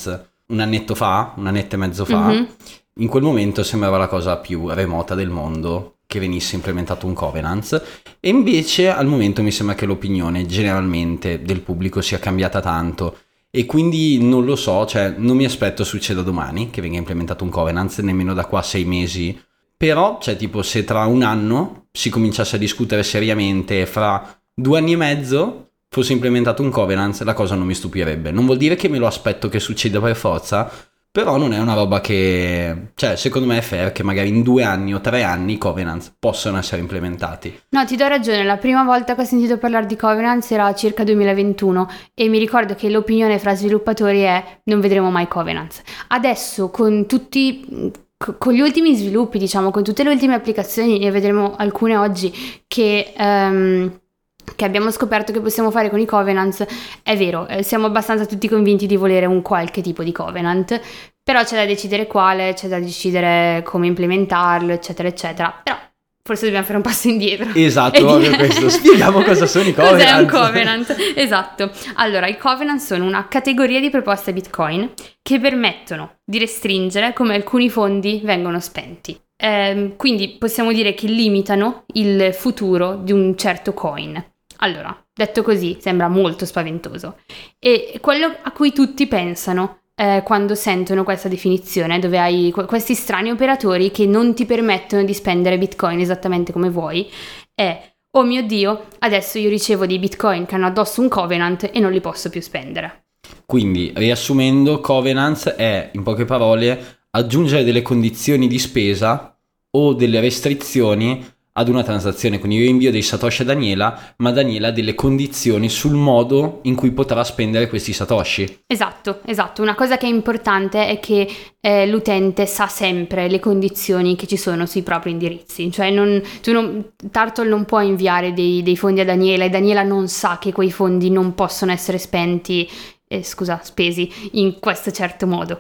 un annetto fa, un annetto e mezzo fa, mm-hmm. in quel momento sembrava la cosa più remota del mondo che venisse implementato un covenant, e invece al momento mi sembra che l'opinione generalmente del pubblico sia cambiata tanto, e quindi non lo so, cioè non mi aspetto succeda domani che venga implementato un covenant, nemmeno da qua a sei mesi, però cioè tipo se tra un anno si cominciasse a discutere seriamente e fra due anni e mezzo fosse implementato un covenant, la cosa non mi stupirebbe. Non vuol dire che me lo aspetto che succeda per forza, però non è una roba che, cioè secondo me è fair che magari in due anni o tre anni i covenant possano essere implementati. No, ti do ragione, la prima volta che ho sentito parlare di covenant era circa duemilaventuno e mi ricordo che l'opinione fra sviluppatori è non vedremo mai covenant. Adesso con tutti, con gli ultimi sviluppi, diciamo, con tutte le ultime applicazioni, ne vedremo alcune oggi che... Um, che abbiamo scoperto che possiamo fare con i covenants, è vero, eh, siamo abbastanza tutti convinti di volere un qualche tipo di covenant, però c'è da decidere quale, c'è da decidere come implementarlo, eccetera, eccetera. Però forse dobbiamo fare un passo indietro. Esatto, proprio dire... questo. Spieghiamo cosa sono i covenant. Cos'è un covenant? Esatto. Allora, i covenant sono una categoria di proposte Bitcoin che permettono di restringere come alcuni fondi vengono spenti. Eh, quindi possiamo dire che limitano il futuro di un certo coin. Allora, detto così, sembra molto spaventoso. E quello a cui tutti pensano eh, quando sentono questa definizione, dove hai qu- questi strani operatori che non ti permettono di spendere Bitcoin esattamente come vuoi, è, oh mio Dio, adesso io ricevo dei Bitcoin che hanno addosso un covenant e non li posso più spendere. Quindi, riassumendo, covenant è, in poche parole, aggiungere delle condizioni di spesa o delle restrizioni ad una transazione. Quindi io invio dei Satoshi a Daniela, ma Daniela ha delle condizioni sul modo in cui potrà spendere questi Satoshi. Esatto, esatto. Una cosa che è importante è che eh, l'utente sa sempre le condizioni che ci sono sui propri indirizzi. Cioè non, tu non, Turtle non può inviare dei, dei fondi a Daniela e Daniela non sa che quei fondi non possono essere spenti Eh, scusa, spesi in questo certo modo.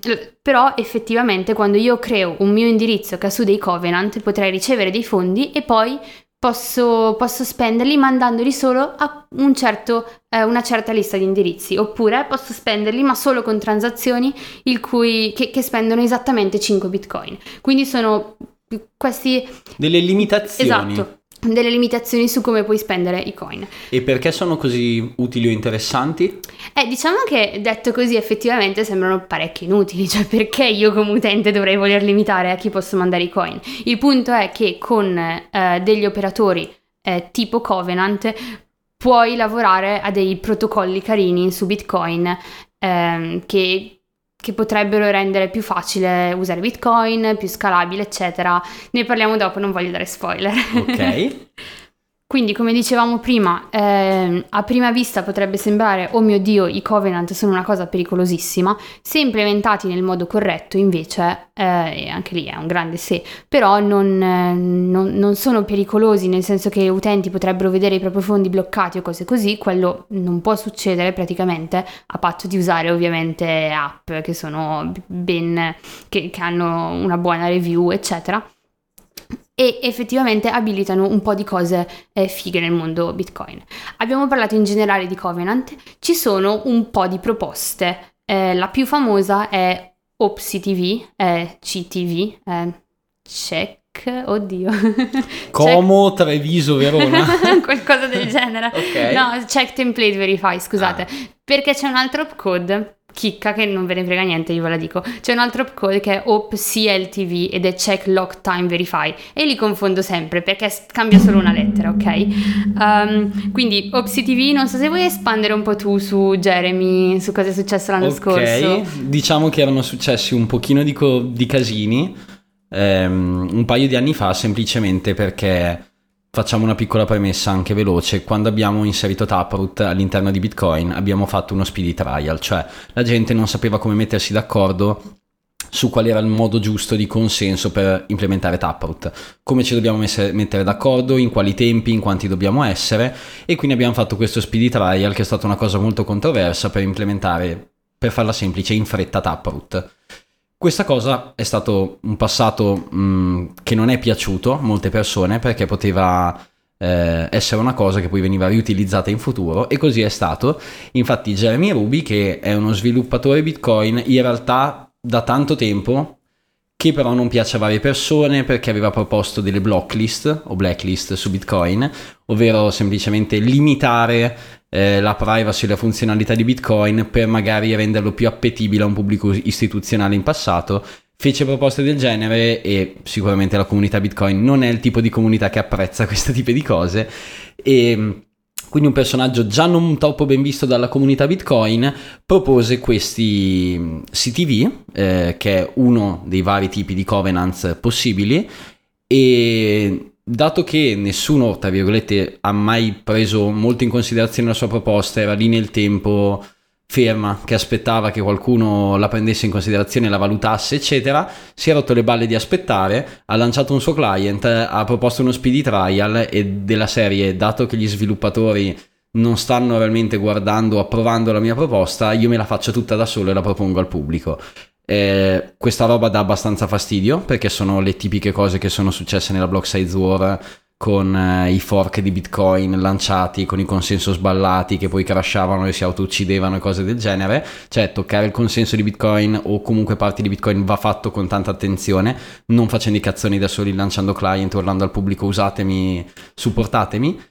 Però effettivamente quando io creo un mio indirizzo che ha su dei covenant potrei ricevere dei fondi e poi posso, posso spenderli mandandoli solo a un certo, eh, una certa lista di indirizzi, oppure posso spenderli ma solo con transazioni il cui, che, che spendono esattamente cinque bitcoin. Quindi sono questi... delle limitazioni. Esatto. Delle limitazioni su come puoi spendere i coin. E perché sono così utili o interessanti? Eh, diciamo che detto così effettivamente sembrano parecchio inutili, cioè perché io come utente dovrei voler limitare a chi posso mandare i coin? Il punto è che con eh, degli operatori eh, tipo Covenant puoi lavorare a dei protocolli carini su Bitcoin ehm, che... che potrebbero rendere più facile usare Bitcoin, più scalabile, eccetera. Ne parliamo dopo, non voglio dare spoiler. Ok. Quindi, come dicevamo prima, eh, a prima vista potrebbe sembrare, oh mio Dio, i covenant sono una cosa pericolosissima. Se implementati nel modo corretto, invece, eh, e anche lì è un grande se, però non, eh, non, non sono pericolosi, nel senso che utenti potrebbero vedere i propri fondi bloccati o cose così. Quello non può succedere praticamente, a patto di usare ovviamente app che sono ben, che, che hanno una buona review, eccetera. E effettivamente abilitano un po' di cose eh, fighe nel mondo Bitcoin. Abbiamo parlato in generale di Covenant, ci sono un po' di proposte. Eh, la più famosa è OpsiTV, eh, C T V, eh, Check, oddio. Como, Check. Treviso, Verona. Qualcosa del genere. Okay. No, Check Template Verify, scusate. Ah. Perché c'è un altro opcode, chicca che non ve ne frega niente, io ve la dico. C'è un altro opcode che è O P C L T V ed è Check Lock Time Verify e li confondo sempre perché cambia solo una lettera, ok? Um, quindi O P C T V, non so se vuoi espandere un po' tu su Jeremy, su cosa è successo l'anno okay. scorso. Ok, diciamo che erano successi un pochino di, co- di casini um, un paio di anni fa, semplicemente perché... Facciamo una piccola premessa anche veloce. Quando abbiamo inserito Taproot all'interno di Bitcoin abbiamo fatto uno speedy trial, cioè la gente non sapeva come mettersi d'accordo su qual era il modo giusto di consenso per implementare Taproot, come ci dobbiamo messe, mettere d'accordo, in quali tempi, in quanti dobbiamo essere, e quindi abbiamo fatto questo speedy trial che è stata una cosa molto controversa per implementare, per farla semplice, in fretta Taproot. Questa cosa è stato un passato mh, che non è piaciuto a molte persone perché poteva eh, essere una cosa che poi veniva riutilizzata in futuro, e così è stato. Infatti Jeremy Ruby, che è uno sviluppatore Bitcoin in realtà da tanto tempo, che però non piace a varie persone perché aveva proposto delle blocklist o blacklist su Bitcoin, ovvero semplicemente limitare eh, la privacy e la funzionalità di Bitcoin per magari renderlo più appetibile a un pubblico istituzionale in passato. Fece proposte del genere e sicuramente la comunità Bitcoin non è il tipo di comunità che apprezza questo tipo di cose, e quindi un personaggio già non troppo ben visto dalla comunità Bitcoin propose questi C T V, eh, che è uno dei vari tipi di covenants possibili, e dato che nessuno, tra virgolette, ha mai preso molto in considerazione la sua proposta, era lì nel tempo ferma, che aspettava che qualcuno la prendesse in considerazione, la valutasse, eccetera, si è rotto le balle di aspettare, ha lanciato un suo client, ha proposto uno speedy trial, e della serie, dato che gli sviluppatori non stanno realmente guardando o approvando la mia proposta, io me la faccio tutta da solo e la propongo al pubblico. Eh, questa roba dà abbastanza fastidio, perché sono le tipiche cose che sono successe nella Block Size War, con eh, i fork di Bitcoin lanciati con i consenso sballati che poi crashavano e si autouccidevano e cose del genere. Cioè, toccare il consenso di Bitcoin o comunque parti di Bitcoin va fatto con tanta attenzione, non facendo i cazzoni da soli, lanciando client, urlando al pubblico usatemi, supportatemi.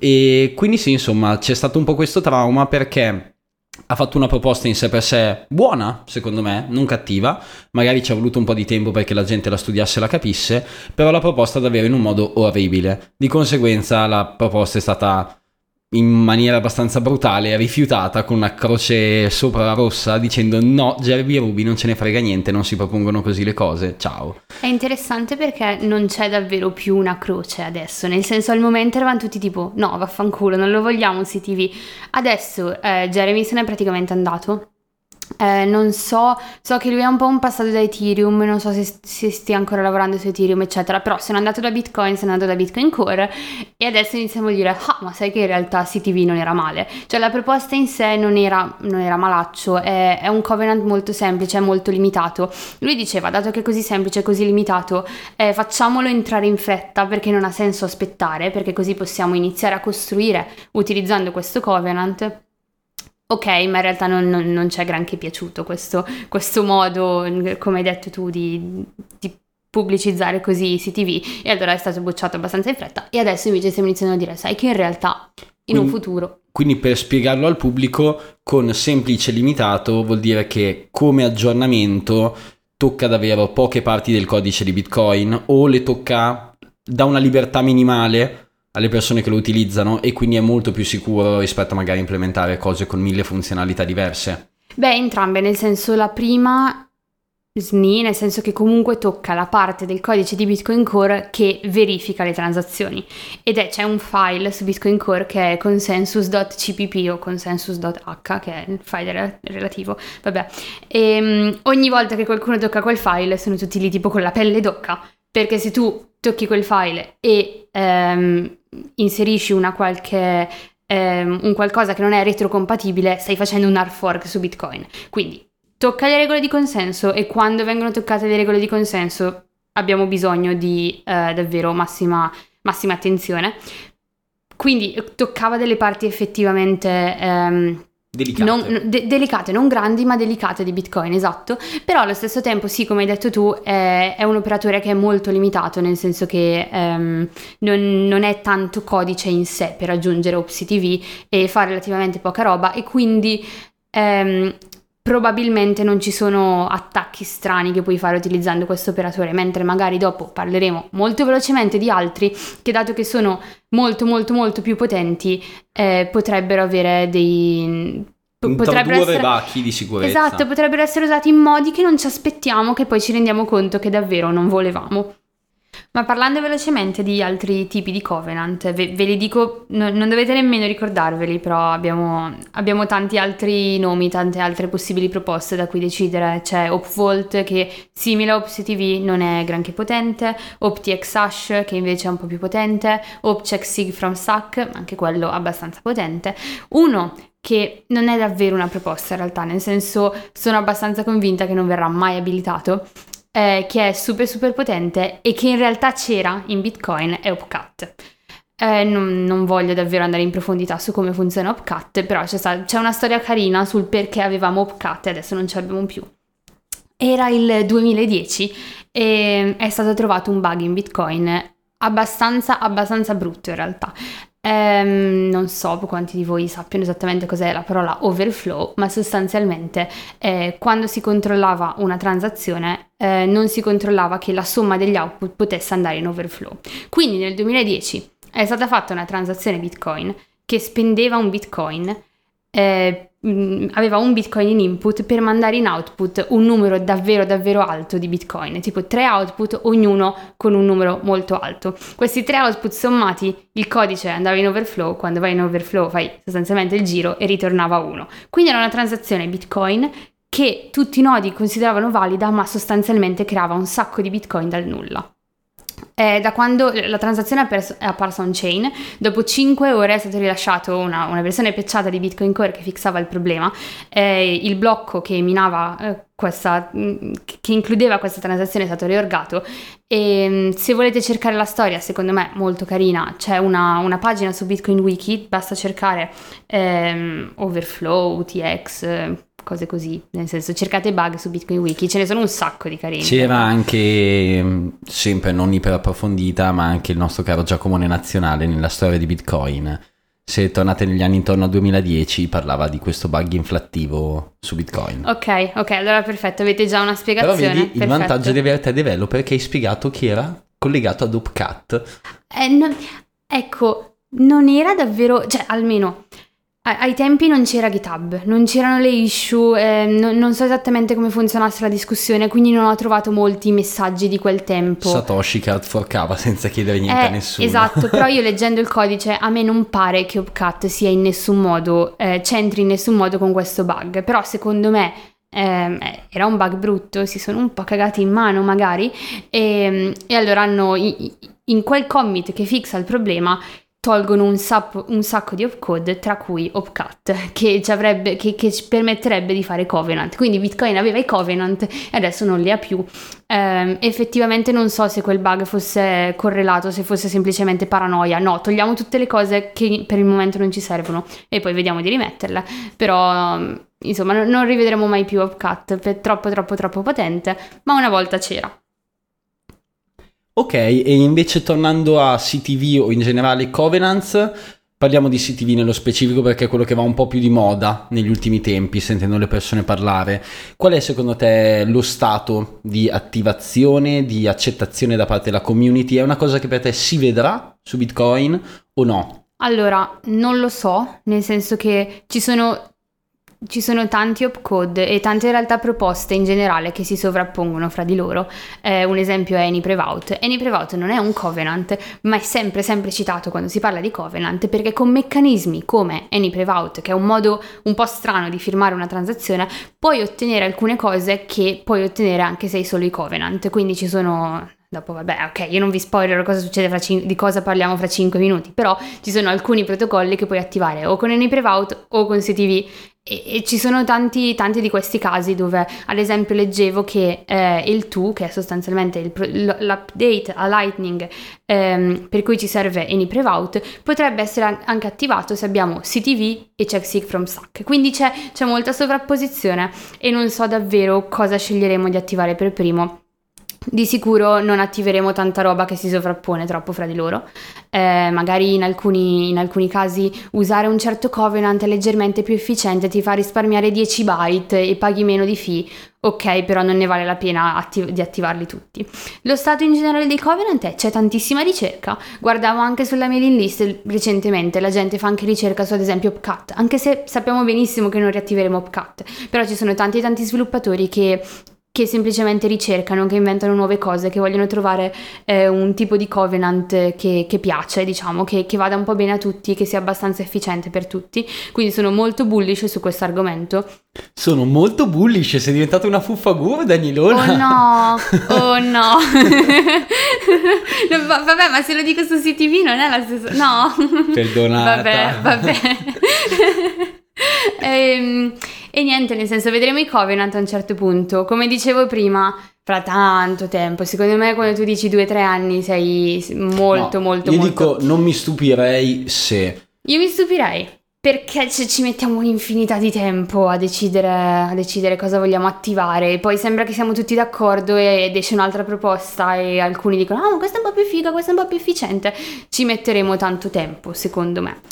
E quindi sì, insomma, c'è stato un po' questo trauma, perché ha fatto una proposta in sé per sé buona, secondo me, non cattiva, magari ci ha voluto un po' di tempo perché la gente la studiasse e la capisse, però l'ha proposta davvero in un modo orribile. Di conseguenza la proposta è stata in maniera abbastanza brutale rifiutata con una croce sopra rossa dicendo no, Jeremy Ruby non ce ne frega niente, non si propongono così le cose, ciao. È interessante perché non c'è davvero più una croce adesso, nel senso, al momento eravamo tutti tipo no, vaffanculo, non lo vogliamo un C T V. Adesso eh, Jeremy se n'è praticamente andato. Eh, non so, so che lui ha un po' un passato da Ethereum, non so se, se stia ancora lavorando su Ethereum eccetera, però se n'è andato da Bitcoin, se n'è andato da Bitcoin Core, e adesso iniziamo a dire ah, ma sai che in realtà C T V non era male, cioè la proposta in sé non era, non era malaccio, è, è un covenant molto semplice, è molto limitato. Lui diceva, dato che è così semplice e così limitato, eh, facciamolo entrare in fretta, perché non ha senso aspettare, perché così possiamo iniziare a costruire utilizzando questo covenant. Ok, ma in realtà non, non, non ci è granché piaciuto questo, questo modo, come hai detto tu, di, di pubblicizzare così i C T V, e allora è stato bocciato abbastanza in fretta, e adesso invece stiamo iniziando a dire, sai che in realtà in quindi, un futuro... Quindi per spiegarlo al pubblico, con semplice limitato vuol dire che come aggiornamento tocca davvero poche parti del codice di Bitcoin, o le tocca da una libertà minimale alle persone che lo utilizzano, e quindi è molto più sicuro rispetto a magari implementare cose con mille funzionalità diverse. Beh, entrambe, nel senso, la prima S N I, nel senso che comunque tocca la parte del codice di Bitcoin Core che verifica le transazioni, ed è c'è un file su Bitcoin Core che è consensus.cpp o consensus.h, che è il file relativo, vabbè, e um, ogni volta che qualcuno tocca quel file sono tutti lì tipo con la pelle d'oca, perché se tu tocchi quel file e um, inserisci una qualche um, un qualcosa che non è retrocompatibile, stai facendo un hard fork su Bitcoin. Quindi tocca le regole di consenso, e quando vengono toccate le regole di consenso abbiamo bisogno di uh, davvero massima, massima attenzione. Quindi toccava delle parti effettivamente um, delicate. Non, de- delicate, non grandi ma delicate di Bitcoin, esatto, però allo stesso tempo sì, come hai detto tu, è, è un operatore che è molto limitato, nel senso che um, non, non è tanto codice in sé per aggiungere O P S C T V e fa relativamente poca roba, e quindi um, probabilmente non ci sono attacchi strani che puoi fare utilizzando questo operatore, mentre magari dopo parleremo molto velocemente di altri che, dato che sono molto molto molto più potenti, eh, potrebbero avere dei... potrebbero essere bacchi di sicurezza. Esatto, potrebbero essere usati in modi che non ci aspettiamo, che poi ci rendiamo conto che davvero non volevamo. Ma parlando velocemente di altri tipi di covenant, ve, ve li dico, no, non dovete nemmeno ricordarveli, però abbiamo, abbiamo tanti altri nomi, tante altre possibili proposte da cui decidere. C'è Opvault, che simile a O P S C T V non è granché potente, OptXhash che invece è un po' più potente, OpCheckSig from Stack, anche quello abbastanza potente. Uno che non è davvero una proposta in realtà, nel senso, sono abbastanza convinta che non verrà mai abilitato, Eh, che è super super potente e che in realtà c'era in Bitcoin, è Opcat. Eh, non, non voglio davvero andare in profondità su come funziona Opcat, però c'è, sta, c'è una storia carina sul perché avevamo Opcat e adesso non ce l'abbiamo più. Era il duemiladieci e è stato trovato un bug in Bitcoin abbastanza, abbastanza brutto in realtà. Ehm, non so quanti di voi sappiano esattamente cos'è la parola overflow, ma sostanzialmente eh, quando si controllava una transazione eh, non si controllava che la somma degli output potesse andare in overflow. Quindi nel duemiladieci è stata fatta una transazione Bitcoin che spendeva un Bitcoin, eh, mh, aveva un Bitcoin in input per mandare in output un numero davvero davvero alto di Bitcoin, tipo tre output, ognuno con un numero molto alto. Questi tre output sommati, il codice andava in overflow, quando vai in overflow fai sostanzialmente il giro e ritornava uno. Quindi era una transazione Bitcoin che tutti i nodi consideravano valida, ma sostanzialmente creava un sacco di Bitcoin dal nulla. Eh, da quando la transazione è apparsa on-chain, dopo cinque ore è stato rilasciato una, una versione patchata di Bitcoin Core che fissava il problema. Eh, il blocco che minava eh, questa, che includeva questa transazione è stato riorgato e se volete cercare la storia, secondo me molto carina, c'è una, una pagina su Bitcoin Wiki, basta cercare ehm, overflow, U T X, eh, cose così, nel senso cercate bug su Bitcoin Wiki, ce ne sono un sacco di carini. C'era anche, sempre non iper approfondita, ma anche il nostro caro Giacomone Nazionale nella storia di Bitcoin. Se tornate negli anni intorno al duemiladieci parlava di questo bug inflattivo su Bitcoin. Ok, ok, allora perfetto, avete già una spiegazione. Però vedi, perfetto. Il vantaggio di avere te developer che hai spiegato che era collegato ad Opcat. Eh, no, ecco, non era davvero, cioè almeno ai tempi non c'era GitHub, non c'erano le issue, eh, no, non so esattamente come funzionasse la discussione, quindi non ho trovato molti messaggi di quel tempo. Satoshi che forcava senza chiedere niente eh, a nessuno. Esatto, però io leggendo il codice a me non pare che Opcat sia in nessun modo, eh, c'entri in nessun modo con questo bug, però secondo me eh, era un bug brutto, si sono un po' cagati in mano magari e, e allora hanno in quel commit che fixa il problema tolgono un, sap- un sacco di opcode, tra cui Opcat, che ci, avrebbe, che, che ci permetterebbe di fare Covenant. Quindi Bitcoin aveva i Covenant e adesso non li ha più. Ehm, effettivamente non so se quel bug fosse correlato, se fosse semplicemente paranoia. No, togliamo tutte le cose che per il momento non ci servono e poi vediamo di rimetterle. Però, insomma, non, non rivedremo mai più Opcat, per troppo troppo troppo potente, ma una volta c'era. Ok, e invece tornando a C T V o in generale Covenants, parliamo di C T V nello specifico perché è quello che va un po' più di moda negli ultimi tempi, sentendo le persone parlare. Qual è secondo te lo stato di attivazione, di accettazione da parte della community? È una cosa che per te si vedrà su Bitcoin o no? Allora, non lo so, nel senso che ci sono... Ci sono tanti opcode e tante realtà proposte in generale che si sovrappongono fra di loro. Eh, un esempio è AnyPrevout. AnyPrevout non è un Covenant, ma è sempre sempre citato quando si parla di Covenant perché con meccanismi come AnyPrevout, che è un modo un po' strano di firmare una transazione, puoi ottenere alcune cose che puoi ottenere anche se hai solo i Covenant. Quindi ci sono... Dopo vabbè, ok, io non vi spoilerò cosa succede fra cin- di cosa parliamo fra cinque minuti, però ci sono alcuni protocolli che puoi attivare o con AnyPrevout o con C T V e, e ci sono tanti, tanti di questi casi dove ad esempio leggevo che eh, il two, che è sostanzialmente il pro- l'update a Lightning ehm, per cui ci serve AnyPrevout, potrebbe essere anche attivato se abbiamo C T V e check-seek from stack, quindi c'è, c'è molta sovrapposizione e non so davvero cosa sceglieremo di attivare per primo. Di sicuro non attiveremo tanta roba che si sovrappone troppo fra di loro, eh, magari in alcuni, in alcuni casi usare un certo Covenant è leggermente più efficiente, ti fa risparmiare dieci byte e paghi meno di fee, ok, però non ne vale la pena attiv- di attivarli tutti. Lo stato in generale dei Covenant è c'è tantissima ricerca, guardavo anche sulla mailing list recentemente, la gente fa anche ricerca su ad esempio Opcat, anche se sappiamo benissimo che non riattiveremo Opcat, però ci sono tanti tanti sviluppatori che che semplicemente ricercano, che inventano nuove cose, che vogliono trovare eh, un tipo di Covenant che, che piace, diciamo, che, che vada un po' bene a tutti, che sia abbastanza efficiente per tutti, quindi sono molto bullish su questo argomento. Sono molto bullish, sei diventata una fuffagur, Danilona. Oh no, oh no. Vabbè, ma se lo dico su C T V non è la stessa... No. Perdonata. Vabbè, vabbè. ehm... E niente, nel senso, vedremo i Covenant a un certo punto. Come dicevo prima, fra tanto tempo. Secondo me quando tu dici due o tre anni sei molto, no, molto, io molto... dico, non mi stupirei se... Io mi stupirei, perché ci, ci mettiamo un'infinità di tempo a decidere, a decidere cosa vogliamo attivare. Poi sembra che siamo tutti d'accordo ed esce un'altra proposta e alcuni dicono ah, ma questa è un po' più figa, questa è un po' più efficiente. Ci metteremo tanto tempo, secondo me.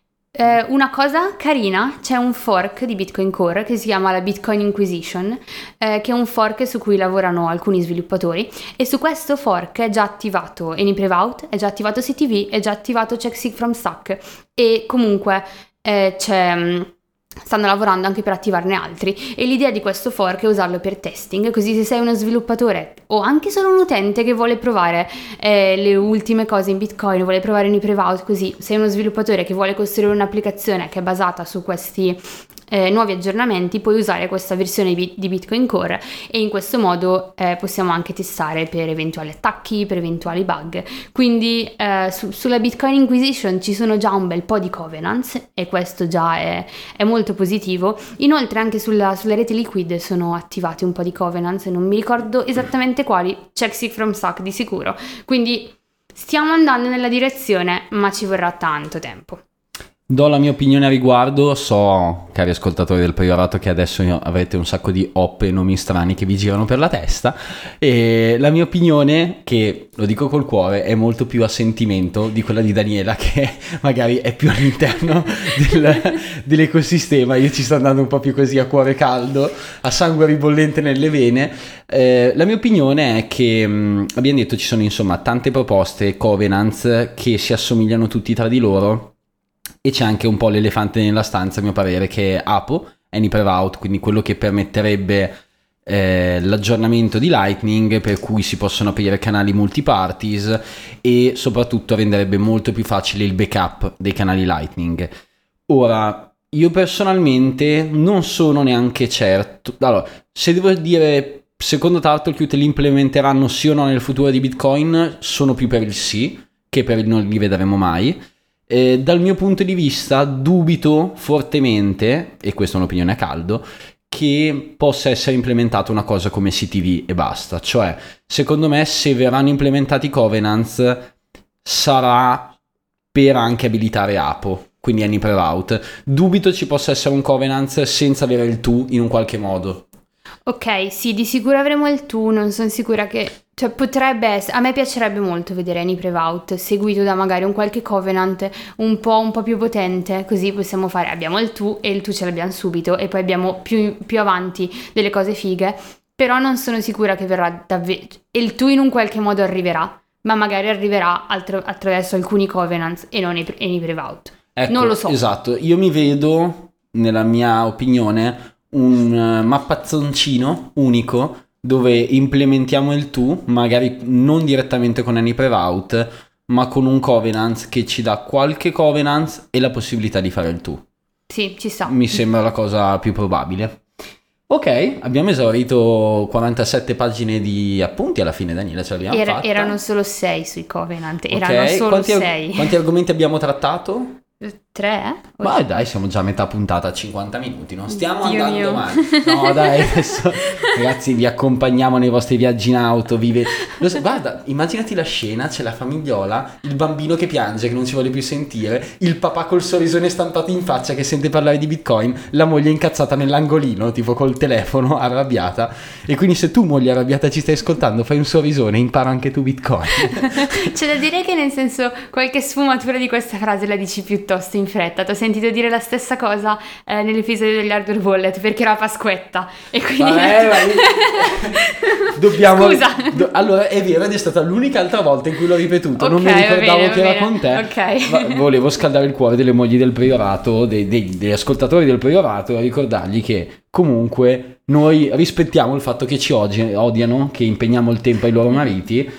Eh, una cosa carina, c'è un fork di Bitcoin Core che si chiama la Bitcoin Inquisition, eh, che è un fork su cui lavorano alcuni sviluppatori, e su questo fork è già attivato AnyPrivate, è già attivato C T V, è già attivato CheckSig from Stack, e comunque eh, c'è... stanno lavorando anche per attivarne altri, e l'idea di questo fork è usarlo per testing, così se sei uno sviluppatore o anche solo un utente che vuole provare eh, le ultime cose in Bitcoin, vuole provare AnyPrivate, così sei uno sviluppatore che vuole costruire un'applicazione che è basata su questi eh, nuovi aggiornamenti, puoi usare questa versione di Bitcoin Core, e in questo modo eh, possiamo anche testare per eventuali attacchi, per eventuali bug. Quindi eh, su, sulla Bitcoin Inquisition ci sono già un bel po' di covenants, e questo già è, è molto positivo. Inoltre anche sulla, sulla rete Liquid sono attivati un po' di covenants, non mi ricordo esattamente quali, CheckSig from Stack di sicuro, quindi stiamo andando nella direzione, ma ci vorrà tanto tempo. Do la mia opinione a riguardo. So, cari ascoltatori del Priorato, che adesso avrete un sacco di op e nomi strani che vi girano per la testa, e la mia opinione, che lo dico col cuore, è molto più a sentimento di quella di Daniela, che magari è più all'interno del, dell'ecosistema. Io ci sto andando un po' più così a cuore caldo, a sangue ribollente nelle vene. Eh, la mia opinione è che mh, abbiamo detto ci sono insomma tante proposte covenants che si assomigliano tutti tra di loro, e c'è anche un po' l'elefante nella stanza, a mio parere, che è A P O, AnyPrivate, quindi quello che permetterebbe eh, l'aggiornamento di Lightning, per cui si possono aprire canali multiparties, e soprattutto renderebbe molto più facile il backup dei canali Lightning. Ora, io personalmente non sono neanche certo. Allora, se devo dire, secondo Turtlecute li implementeranno sì o no nel futuro di Bitcoin, sono più per il sì che per il non li vedremo mai. Eh, dal mio punto di vista dubito fortemente, e questa è un'opinione a caldo, che possa essere implementata una cosa come C T V e basta. Cioè, secondo me, se verranno implementati covenants sarà per anche abilitare A P O, quindi AnyPrivate. Dubito ci possa essere un covenant senza avere il to in un qualche modo. Ok, sì, di sicuro avremo il to, non sono sicura che... Cioè, potrebbe essere... A me piacerebbe molto vedere AnyPrivate seguito da magari un qualche covenant un po', un po' più potente, così possiamo fare... Abbiamo il to e il to ce l'abbiamo subito, e poi abbiamo più, più avanti delle cose fighe, però non sono sicura che verrà davvero... Il to in un qualche modo arriverà, ma magari arriverà altro, attraverso alcuni covenants e non AnyPrivate. Ecco, non lo so. Esatto, io mi vedo, nella mia opinione, un mappazzoncino unico dove implementiamo il to, magari non direttamente con AnyPrivate, ma con un covenant che ci dà qualche covenant e la possibilità di fare il to. Sì, ci sta. Mi sembra la cosa più probabile. Ok, abbiamo esaurito quarantasette pagine di appunti alla fine, Daniela, ce l'abbiamo Era, fatta. Erano solo sei sui covenant, Okay, erano solo quanti, sei. Quanti argomenti abbiamo trattato? Tre? Ma dai, siamo già a metà puntata, cinquanta minuti, non stiamo Dio andando mio. male. No dai, adesso ragazzi vi accompagniamo nei vostri viaggi in auto, vive... Lo so, guarda, immaginati la scena, c'è la famigliola, il bambino che piange, che non ci vuole più sentire, il papà col sorrisone stampato in faccia che sente parlare di Bitcoin, la moglie incazzata nell'angolino, tipo col telefono, arrabbiata. E quindi se tu, moglie arrabbiata, ci stai ascoltando, fai un sorrisone, impara anche tu Bitcoin. C'è da dire che, nel senso, qualche sfumatura di questa frase la dici piuttosto in fretta. Ti ho sentito dire la stessa cosa eh, nell'episodio degli Hardware Wallet, perché era Pasquetta e quindi Vabbè, ma... dobbiamo scusa. do... allora è vero, ed è stata l'unica altra volta in cui l'ho ripetuto. Ok, non mi va ricordavo bene, che va era bene. con te. Ok. Ma volevo scaldare il cuore delle mogli del Priorato, dei, dei, degli ascoltatori del Priorato, e ricordargli che comunque noi rispettiamo il fatto che ci odi- odiano, che impegniamo il tempo ai loro mariti,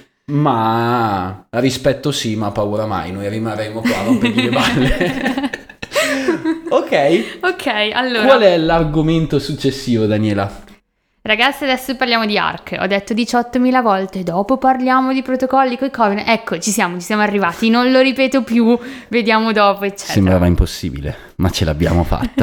ma rispetto sì, ma paura mai. Noi rimarremo qua a rompergli le balle. Ok. Ok, allora. Qual è l'argomento successivo, Daniela? Ragazzi, adesso parliamo di Arc. Ho detto diciottomila volte, dopo parliamo di protocolli coi Covenant. Ecco, ci siamo, ci siamo arrivati. Non lo ripeto più, vediamo dopo, eccetera. Sembrava impossibile, ma ce l'abbiamo fatta.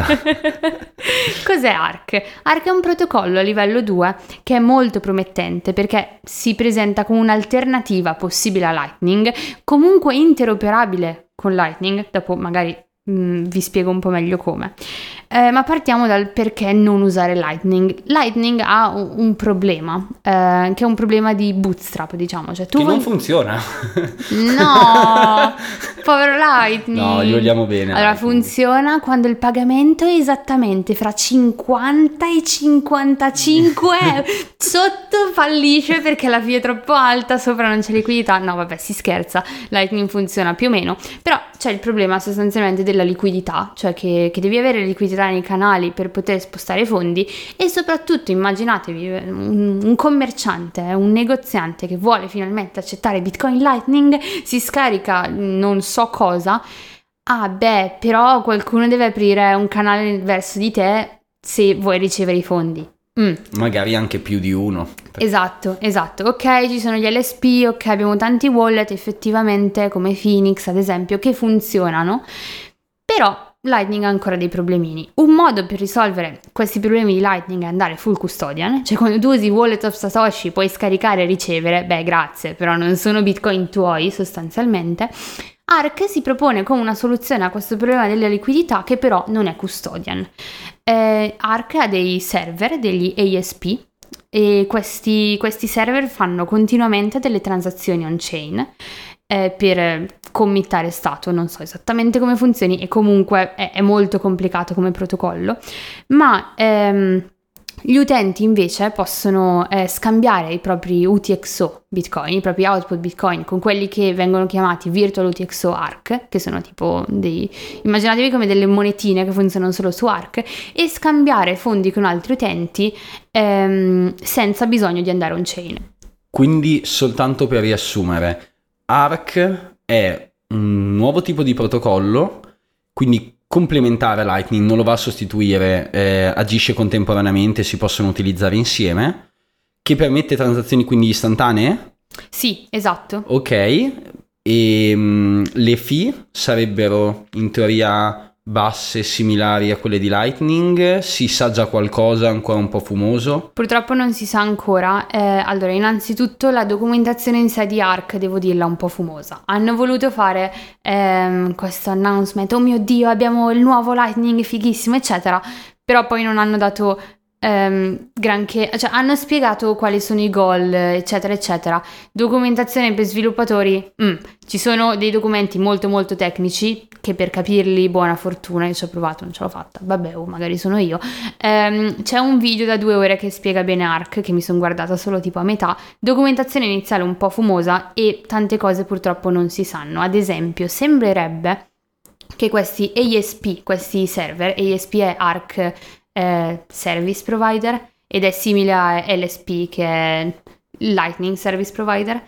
Cos'è Arc? Arc è un protocollo a livello due che è molto promettente perché si presenta come un'alternativa possibile a Lightning, comunque interoperabile con Lightning. Dopo magari mh, vi spiego un po' meglio come. Eh, ma partiamo dal perché non usare Lightning. Lightning ha un, un problema, eh, che è un problema di bootstrap, diciamo. Cioè, tu che vuoi... non funziona. No, povero Lightning. No, gli vogliamo bene. Allora, Lightning. funziona quando il pagamento è esattamente fra cinquanta e cinquantacinque euro. Sotto fallisce perché la fee è troppo alta, sopra non c'è liquidità. No, vabbè, si scherza. Lightning funziona più o meno. Però c'è il problema sostanzialmente della liquidità, cioè che, che devi avere liquidità nei canali per poter spostare fondi, e soprattutto immaginatevi un, un commerciante, un negoziante che vuole finalmente accettare Bitcoin Lightning, si scarica non so cosa, ah beh, però qualcuno deve aprire un canale verso di te se vuoi ricevere i fondi. Mm. Magari anche più di uno. Esatto, esatto. Ok, ci sono gli L S P, ok, abbiamo tanti wallet effettivamente come Phoenix ad esempio che funzionano, però Lightning ha ancora dei problemini. Un modo per risolvere questi problemi di Lightning è andare full custodian, cioè quando tu usi Wallet of Satoshi puoi scaricare e ricevere, beh grazie, però non sono Bitcoin tuoi sostanzialmente. Arc si propone come una soluzione a questo problema della liquidità che però non è custodian. Eh, Arc ha dei server, degli A S P, e questi, questi server fanno continuamente delle transazioni on-chain eh, per committare stato. Non so esattamente come funzioni e comunque è, è molto complicato come protocollo, ma ehm, gli utenti invece possono eh, scambiare i propri U T X O Bitcoin, i propri output Bitcoin con quelli che vengono chiamati Virtual U T X O Arc, che sono tipo dei, immaginatevi come delle monetine che funzionano solo su Arc, e scambiare fondi con altri utenti ehm, senza bisogno di andare on-chain. Quindi, soltanto per riassumere, Arc è un nuovo tipo di protocollo, quindi complementare a Lightning, non lo va a sostituire, eh, agisce contemporaneamente, si possono utilizzare insieme, che permette transazioni quindi istantanee? Sì, esatto. Ok, e um, le fee sarebbero in teoria basse, similari a quelle di Lightning? Si sa già qualcosa, ancora un po' fumoso? Purtroppo non si sa ancora. Eh, allora, innanzitutto la documentazione in sé di Arc, devo dirla, un po' fumosa. Hanno voluto fare ehm, questo announcement, oh mio Dio, abbiamo il nuovo Lightning fighissimo, eccetera, però poi non hanno dato ehm, granché, cioè hanno spiegato quali sono i goal, eccetera, eccetera. Documentazione per sviluppatori, mm, ci sono dei documenti molto molto tecnici che per capirli buona fortuna, io ci ho provato, non ce l'ho fatta, vabbè, oh, magari sono io. Ehm, c'è un video da due ore che spiega bene Arc, che mi sono guardata solo tipo a metà, documentazione iniziale un po' fumosa e tante cose purtroppo non si sanno. Ad esempio, sembrerebbe che questi A S P, questi server, A S P è Arc eh, Service Provider ed è simile a L S P che è Lightning Service Provider.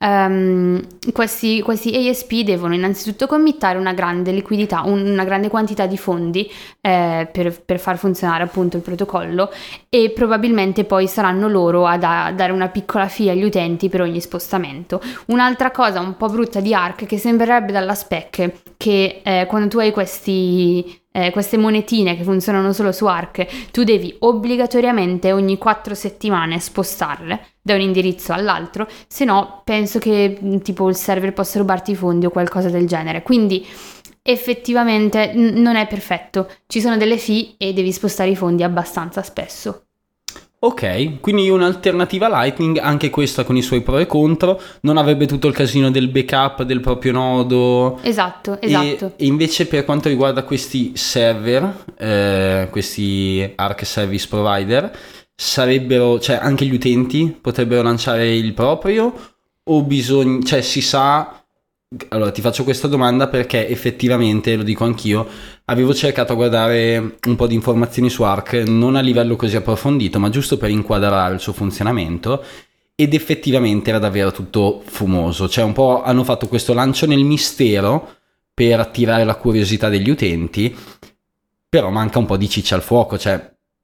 Um, questi, questi A S P devono innanzitutto committare una grande liquidità, un, una grande quantità di fondi eh, per, per far funzionare appunto il protocollo, e probabilmente poi saranno loro a, da, a dare una piccola fee agli utenti per ogni spostamento. Un'altra cosa un po' brutta di Arc, che sembrerebbe dalla spec, che eh, quando tu hai questi Eh, queste monetine che funzionano solo su Arc, tu devi obbligatoriamente ogni quattro settimane spostarle da un indirizzo all'altro, se no penso che tipo il server possa rubarti i fondi o qualcosa del genere. Quindi effettivamente n- non è perfetto, ci sono delle fee e devi spostare i fondi abbastanza spesso. Ok, quindi un'alternativa Lightning, anche questa con i suoi pro e contro, non avrebbe tutto il casino del backup del proprio nodo. Esatto, esatto. E, e invece per quanto riguarda questi server, eh, questi Arc Service Provider, sarebbero, cioè anche gli utenti potrebbero lanciare il proprio, o bisogna, cioè si sa. Allora ti faccio questa domanda perché effettivamente, lo dico anch'io, avevo cercato a guardare un po' di informazioni su Arc, non a livello così approfondito, ma giusto per inquadrare il suo funzionamento, ed effettivamente era davvero tutto fumoso. Cioè un po' hanno fatto questo lancio nel mistero per attirare la curiosità degli utenti, però manca un po' di ciccia al fuoco. Cioè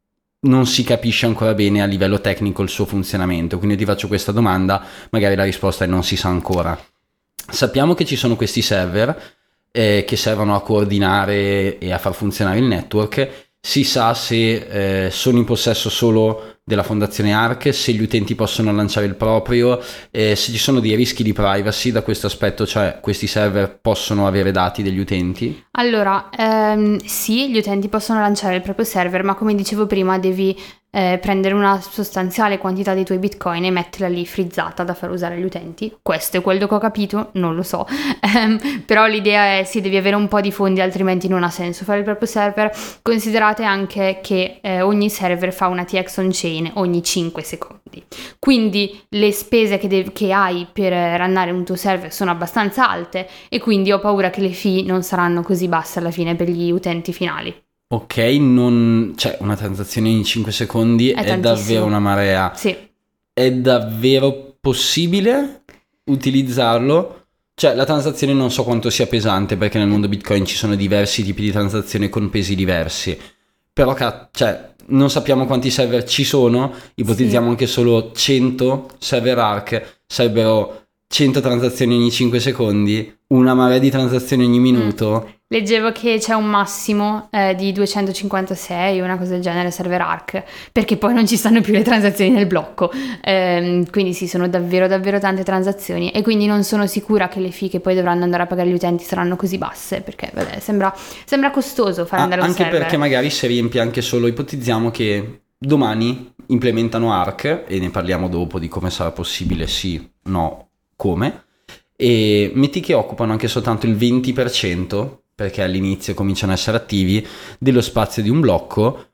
non si capisce ancora bene a livello tecnico il suo funzionamento, quindi ti faccio questa domanda, magari la risposta è non si sa ancora. Sappiamo che ci sono questi server eh, che servono a coordinare e a far funzionare il network. Si sa se eh, sono in possesso solo della fondazione Ark, se gli utenti possono lanciare il proprio, eh, se ci sono dei rischi di privacy da questo aspetto, cioè questi server possono avere dati degli utenti? Allora, ehm, sì, gli utenti possono lanciare il proprio server, ma come dicevo prima devi eh, prendere una sostanziale quantità dei tuoi bitcoin e metterla lì frizzata da far usare agli utenti. Questo è quello che ho capito, non lo so, ehm, però l'idea è sì, devi avere un po' di fondi, altrimenti non ha senso fare il proprio server. Considerate anche che eh, ogni server fa una T X on chain ogni cinque secondi, quindi le spese che, de- che hai per runnare un tuo server sono abbastanza alte e quindi ho paura che le fee non saranno così basse alla fine per gli utenti finali. Ok, non... cioè una transazione in cinque secondi è, è davvero una marea. Sì. È davvero possibile utilizzarlo? Cioè la transazione non so quanto sia pesante, perché nel mondo Bitcoin ci sono diversi tipi di transazione con pesi diversi, però cioè non sappiamo quanti server ci sono, ipotizziamo sì. Anche solo cento server Ark, sarebbero cento transazioni ogni cinque secondi, una marea di transazioni ogni minuto. Mm. Leggevo che c'è un massimo eh, di duecentocinquantasei, una cosa del genere, server Ark, perché poi non ci stanno più le transazioni nel blocco, ehm, quindi sì, sono davvero davvero tante transazioni e quindi non sono sicura che le fee che poi dovranno andare a pagare gli utenti saranno così basse, perché vabbè, sembra, sembra costoso far andare ah, un anche server. Perché magari si riempie anche solo, ipotizziamo che domani implementano Ark, e ne parliamo dopo di come sarà possibile, sì, no, come, e metti che occupano anche soltanto il venti per cento, perché all'inizio cominciano a essere attivi, dello spazio di un blocco.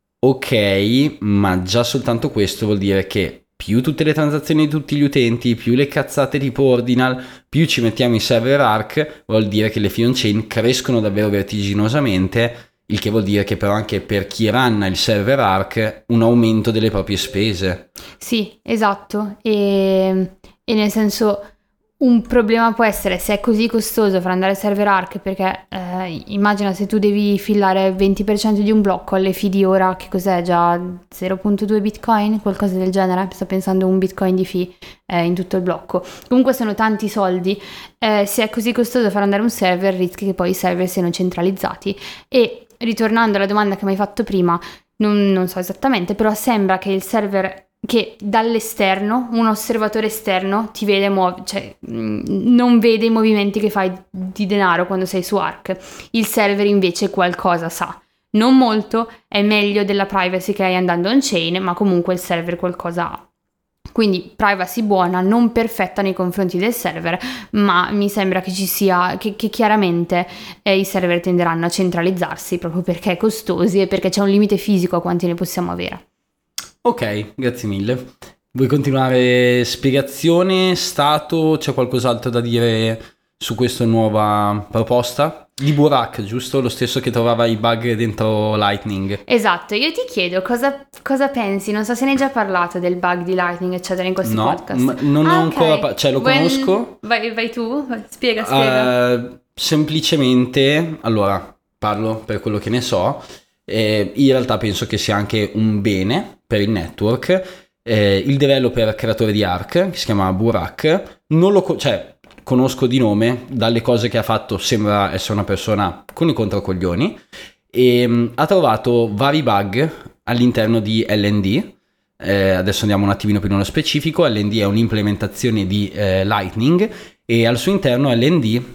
Ok, ma già soltanto questo vuol dire che più tutte le transazioni di tutti gli utenti, più le cazzate tipo ordinal, più ci mettiamo i server Ark, vuol dire che le fee on chain crescono davvero vertiginosamente, il che vuol dire che però anche per chi runna il server Ark un aumento delle proprie spese. Sì, esatto, e, e nel senso... Un problema può essere se è così costoso far andare il server Ark, perché eh, immagina se tu devi fillare il venti per cento di un blocco alle fee di ora, che cos'è, già zero virgola due bitcoin, qualcosa del genere, sto pensando un bitcoin di fee eh, in tutto il blocco. Comunque sono tanti soldi, eh, se è così costoso far andare un server rischi che poi i server siano centralizzati. E ritornando alla domanda che mi hai fatto prima, non, non so esattamente, però sembra che il server... che dall'esterno, un osservatore esterno ti vede muov- cioè mh, non vede i movimenti che fai di denaro quando sei su Ark. Il server invece qualcosa sa, non molto, è meglio della privacy che hai andando on chain, ma comunque il server qualcosa ha. Quindi privacy buona, non perfetta nei confronti del server, ma mi sembra che ci sia, che, che chiaramente eh, i server tenderanno a centralizzarsi proprio perché è costosi e perché c'è un limite fisico a quanti ne possiamo avere. Ok, grazie mille. Vuoi continuare? Spiegazione, stato, c'è qualcos'altro da dire su questa nuova proposta? Di Burak, giusto? Lo stesso che trovava i bug dentro Lightning. Esatto, io ti chiedo cosa, cosa pensi, non so se ne hai già parlato del bug di Lightning eccetera in questi no, podcast. No, non ah, ho okay. ancora, pa- cioè lo When... conosco. Vai, vai tu, spiega, spiega. Uh, semplicemente, allora, parlo per quello che ne so. Eh, in realtà penso che sia anche un bene per il network. Eh, il developer creatore di Ark, che si chiama Burak, non lo co- cioè conosco di nome, dalle cose che ha fatto sembra essere una persona con i controcoglioni, e mh, ha trovato vari bug all'interno di L N D. Eh, adesso andiamo un attimino più nello specifico. L N D è un'implementazione di eh, Lightning e al suo interno L N D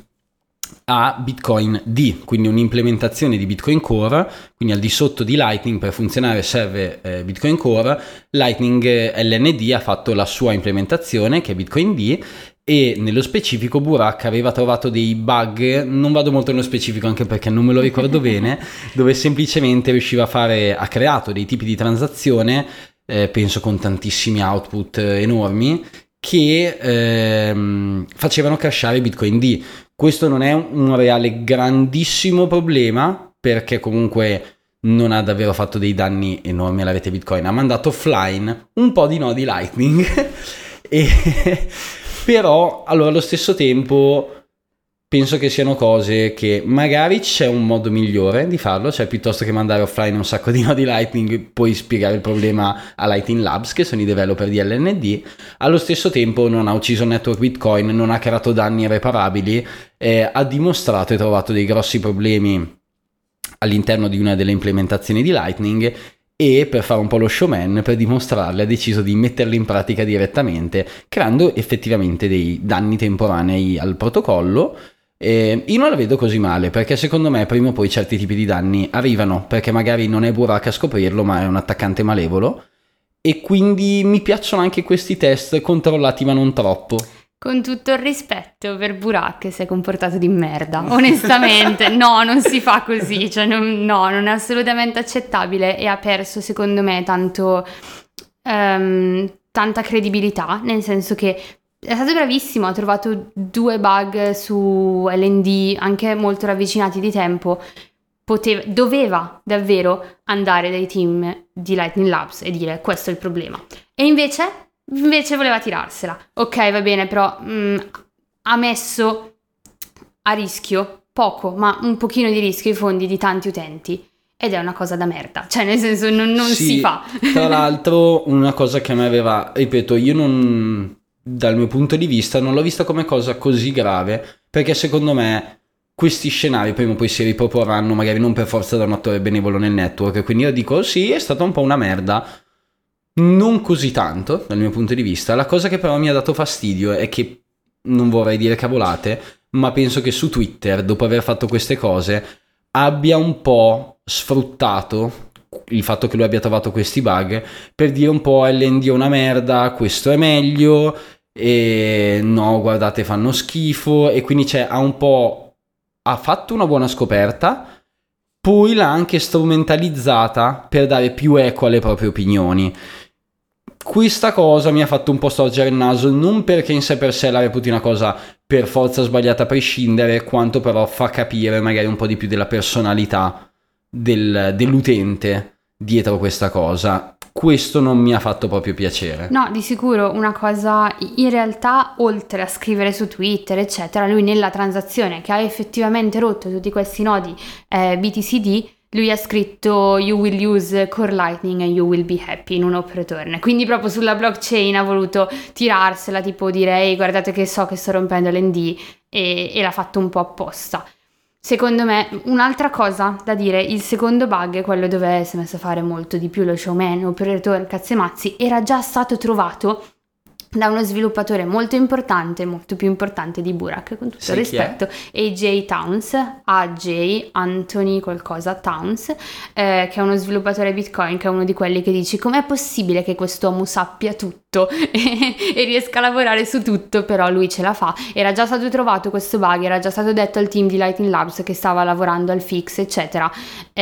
a Bitcoin D, quindi un'implementazione di Bitcoin Core, quindi al di sotto di Lightning. Per funzionare serve eh, Bitcoin Core. Lightning eh, L N D ha fatto la sua implementazione che è Bitcoin D, e nello specifico Burak aveva trovato dei bug, non vado molto nello specifico anche perché non me lo ricordo bene, dove semplicemente riusciva a fare, ha creato dei tipi di transazione, eh, penso con tantissimi output enormi, che ehm, facevano crashare Bitcoin D. Questo non è un reale grandissimo problema, perché comunque non ha davvero fatto dei danni enormi alla rete Bitcoin. Ha mandato offline un po' di nodi Lightning e però allora allo stesso tempo penso che siano cose che magari c'è un modo migliore di farlo, cioè piuttosto che mandare offline un sacco di nodi Lightning puoi spiegare il problema a Lightning Labs, che sono i developer di L N D. Allo stesso tempo non ha ucciso il network Bitcoin, non ha creato danni irreparabili, eh, ha dimostrato e trovato dei grossi problemi all'interno di una delle implementazioni di Lightning, e per fare un po' lo showman, per dimostrarle, ha deciso di metterle in pratica direttamente, creando effettivamente dei danni temporanei al protocollo. Eh, io non la vedo così male, perché secondo me prima o poi certi tipi di danni arrivano, perché magari non è Burak a scoprirlo, ma è un attaccante malevolo, e quindi mi piacciono anche questi test controllati ma non troppo. Con tutto il rispetto per Burak, che si è comportato di merda, onestamente, no, non si fa così, cioè non, no, non è assolutamente accettabile, e ha perso secondo me tanto, um, tanta credibilità, nel senso che è stato bravissimo, ha trovato due bug su L N D anche molto ravvicinati di tempo, poteva, doveva davvero andare dai team di Lightning Labs e dire questo è il problema, e invece... Invece voleva tirarsela. Ok, va bene, però mh, ha messo a rischio poco, ma un pochino di rischio i fondi di tanti utenti. Ed è una cosa da merda. Cioè, nel senso, non, non sì, si fa. Tra l'altro, una cosa che a me aveva... Ripeto, io non... Dal mio punto di vista, non l'ho vista come cosa così grave, perché secondo me questi scenari prima o poi si riproporranno, magari non per forza da un attore benevolo nel network. Quindi io dico, sì, è stata un po' una merda. Non così tanto dal mio punto di vista. La cosa che però mi ha dato fastidio è che, non vorrei dire cavolate, ma penso che su Twitter, dopo aver fatto queste cose, abbia un po' sfruttato il fatto che lui abbia trovato questi bug per dire un po' L N D è una merda, questo è meglio, e no, guardate, fanno schifo, e quindi c'è, ha un po' ha fatto una buona scoperta, poi l'ha anche strumentalizzata per dare più eco alle proprie opinioni. Questa cosa mi ha fatto un po' storcere il naso, non perché in sé per sé la reputi una cosa per forza sbagliata a prescindere, quanto però fa capire magari un po' di più della personalità del, dell'utente dietro questa cosa. Questo non mi ha fatto proprio piacere. No, di sicuro una cosa, in realtà, oltre a scrivere su Twitter, eccetera, lui nella transazione che ha effettivamente rotto tutti questi nodi eh, B T C D, lui ha scritto "You will use Core Lightning and you will be happy" in un open return. Quindi proprio sulla blockchain ha voluto tirarsela, tipo dire "Ehi, guardate che so che sto rompendo l'N D", e, e l'ha fatto un po' apposta. Secondo me, un'altra cosa da dire, il secondo bug, quello dove si è messo a fare molto di più lo showman, open return, cazzi e mazzi, era già stato trovato da uno sviluppatore molto importante, molto più importante di Burak, con tutto il rispetto, A J Towns, A J Anthony qualcosa Towns, eh, che è uno sviluppatore Bitcoin, che è uno di quelli che dici com'è possibile che quest'uomo sappia tutto e, e riesca a lavorare su tutto, però lui ce la fa. Era già stato trovato questo bug, era già stato detto al team di Lightning Labs che stava lavorando al fix, eccetera.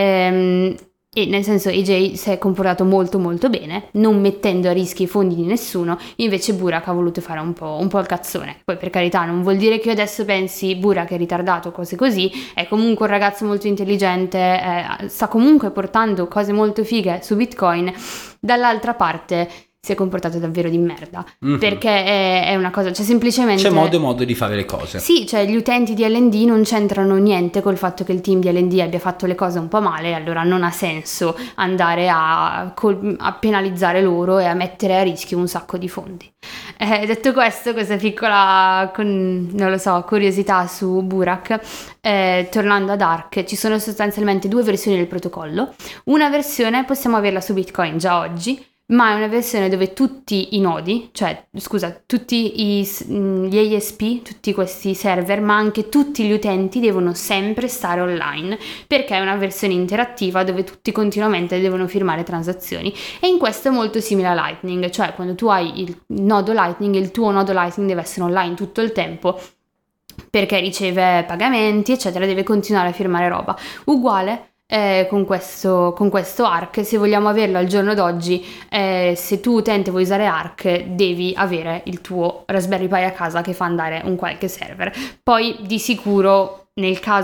Ehm, E nel senso A J si è comportato molto molto bene, non mettendo a rischio i fondi di nessuno. Invece Burak ha voluto fare un po', un po' il cazzone. Poi, per carità, non vuol dire che io adesso pensi Burak è ritardato, cose così. È comunque un ragazzo molto intelligente, eh, sta comunque portando cose molto fighe su Bitcoin. Dall'altra parte si è comportato davvero di merda, mm-hmm. perché è, è una cosa, cioè semplicemente c'è modo e modo di fare le cose. Sì, cioè gli utenti di L N D non c'entrano niente col fatto che il team di L N D abbia fatto le cose un po' male, allora non ha senso andare a, a penalizzare loro e a mettere a rischio un sacco di fondi. Eh, detto questo, questa piccola con, non lo so, curiosità su Burak, eh, tornando ad Ark, ci sono sostanzialmente due versioni del protocollo. Una versione possiamo averla su Bitcoin già oggi, ma è una versione dove tutti i nodi, cioè scusa, tutti i, gli A S P, tutti questi server, ma anche tutti gli utenti devono sempre stare online, perché è una versione interattiva dove tutti continuamente devono firmare transazioni. E in questo è molto simile a Lightning, cioè quando tu hai il nodo Lightning, il tuo nodo Lightning deve essere online tutto il tempo, perché riceve pagamenti, eccetera, deve continuare a firmare roba. Uguale Eh, con questo, con questo Ark, se vogliamo averlo al giorno d'oggi, eh, se tu utente vuoi usare Ark devi avere il tuo Raspberry Pi a casa che fa andare un qualche server. Poi di sicuro nel caso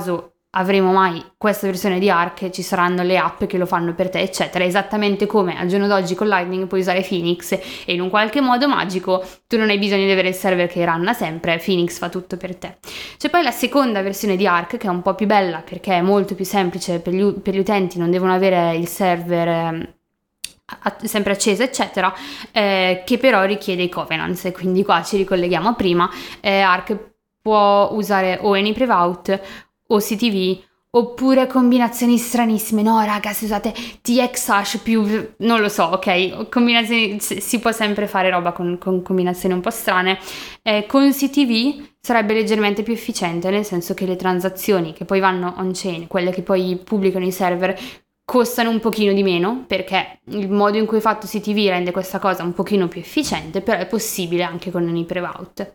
avremo mai questa versione di Arc, ci saranno le app che lo fanno per te, eccetera, esattamente come al giorno d'oggi con Lightning puoi usare Phoenix e in un qualche modo magico tu non hai bisogno di avere il server che runna sempre, Phoenix fa tutto per te. C'è poi la seconda versione di Arc che è un po' più bella perché è molto più semplice per gli, per gli utenti, non devono avere il server eh, sempre acceso eccetera, eh, che però richiede i covenants, e quindi qua ci ricolleghiamo a prima. eh, Arc può usare o AnyPrivaut o C T V oppure combinazioni stranissime. No raga, se usate T X hash più non lo so, ok, combinazioni, si può sempre fare roba con, con combinazioni un po' strane. eh, con C T V sarebbe leggermente più efficiente, nel senso che le transazioni che poi vanno on-chain, quelle che poi pubblicano i server, costano un pochino di meno perché il modo in cui è fatto C T V rende questa cosa un pochino più efficiente, però è possibile anche con AnyPrivaut.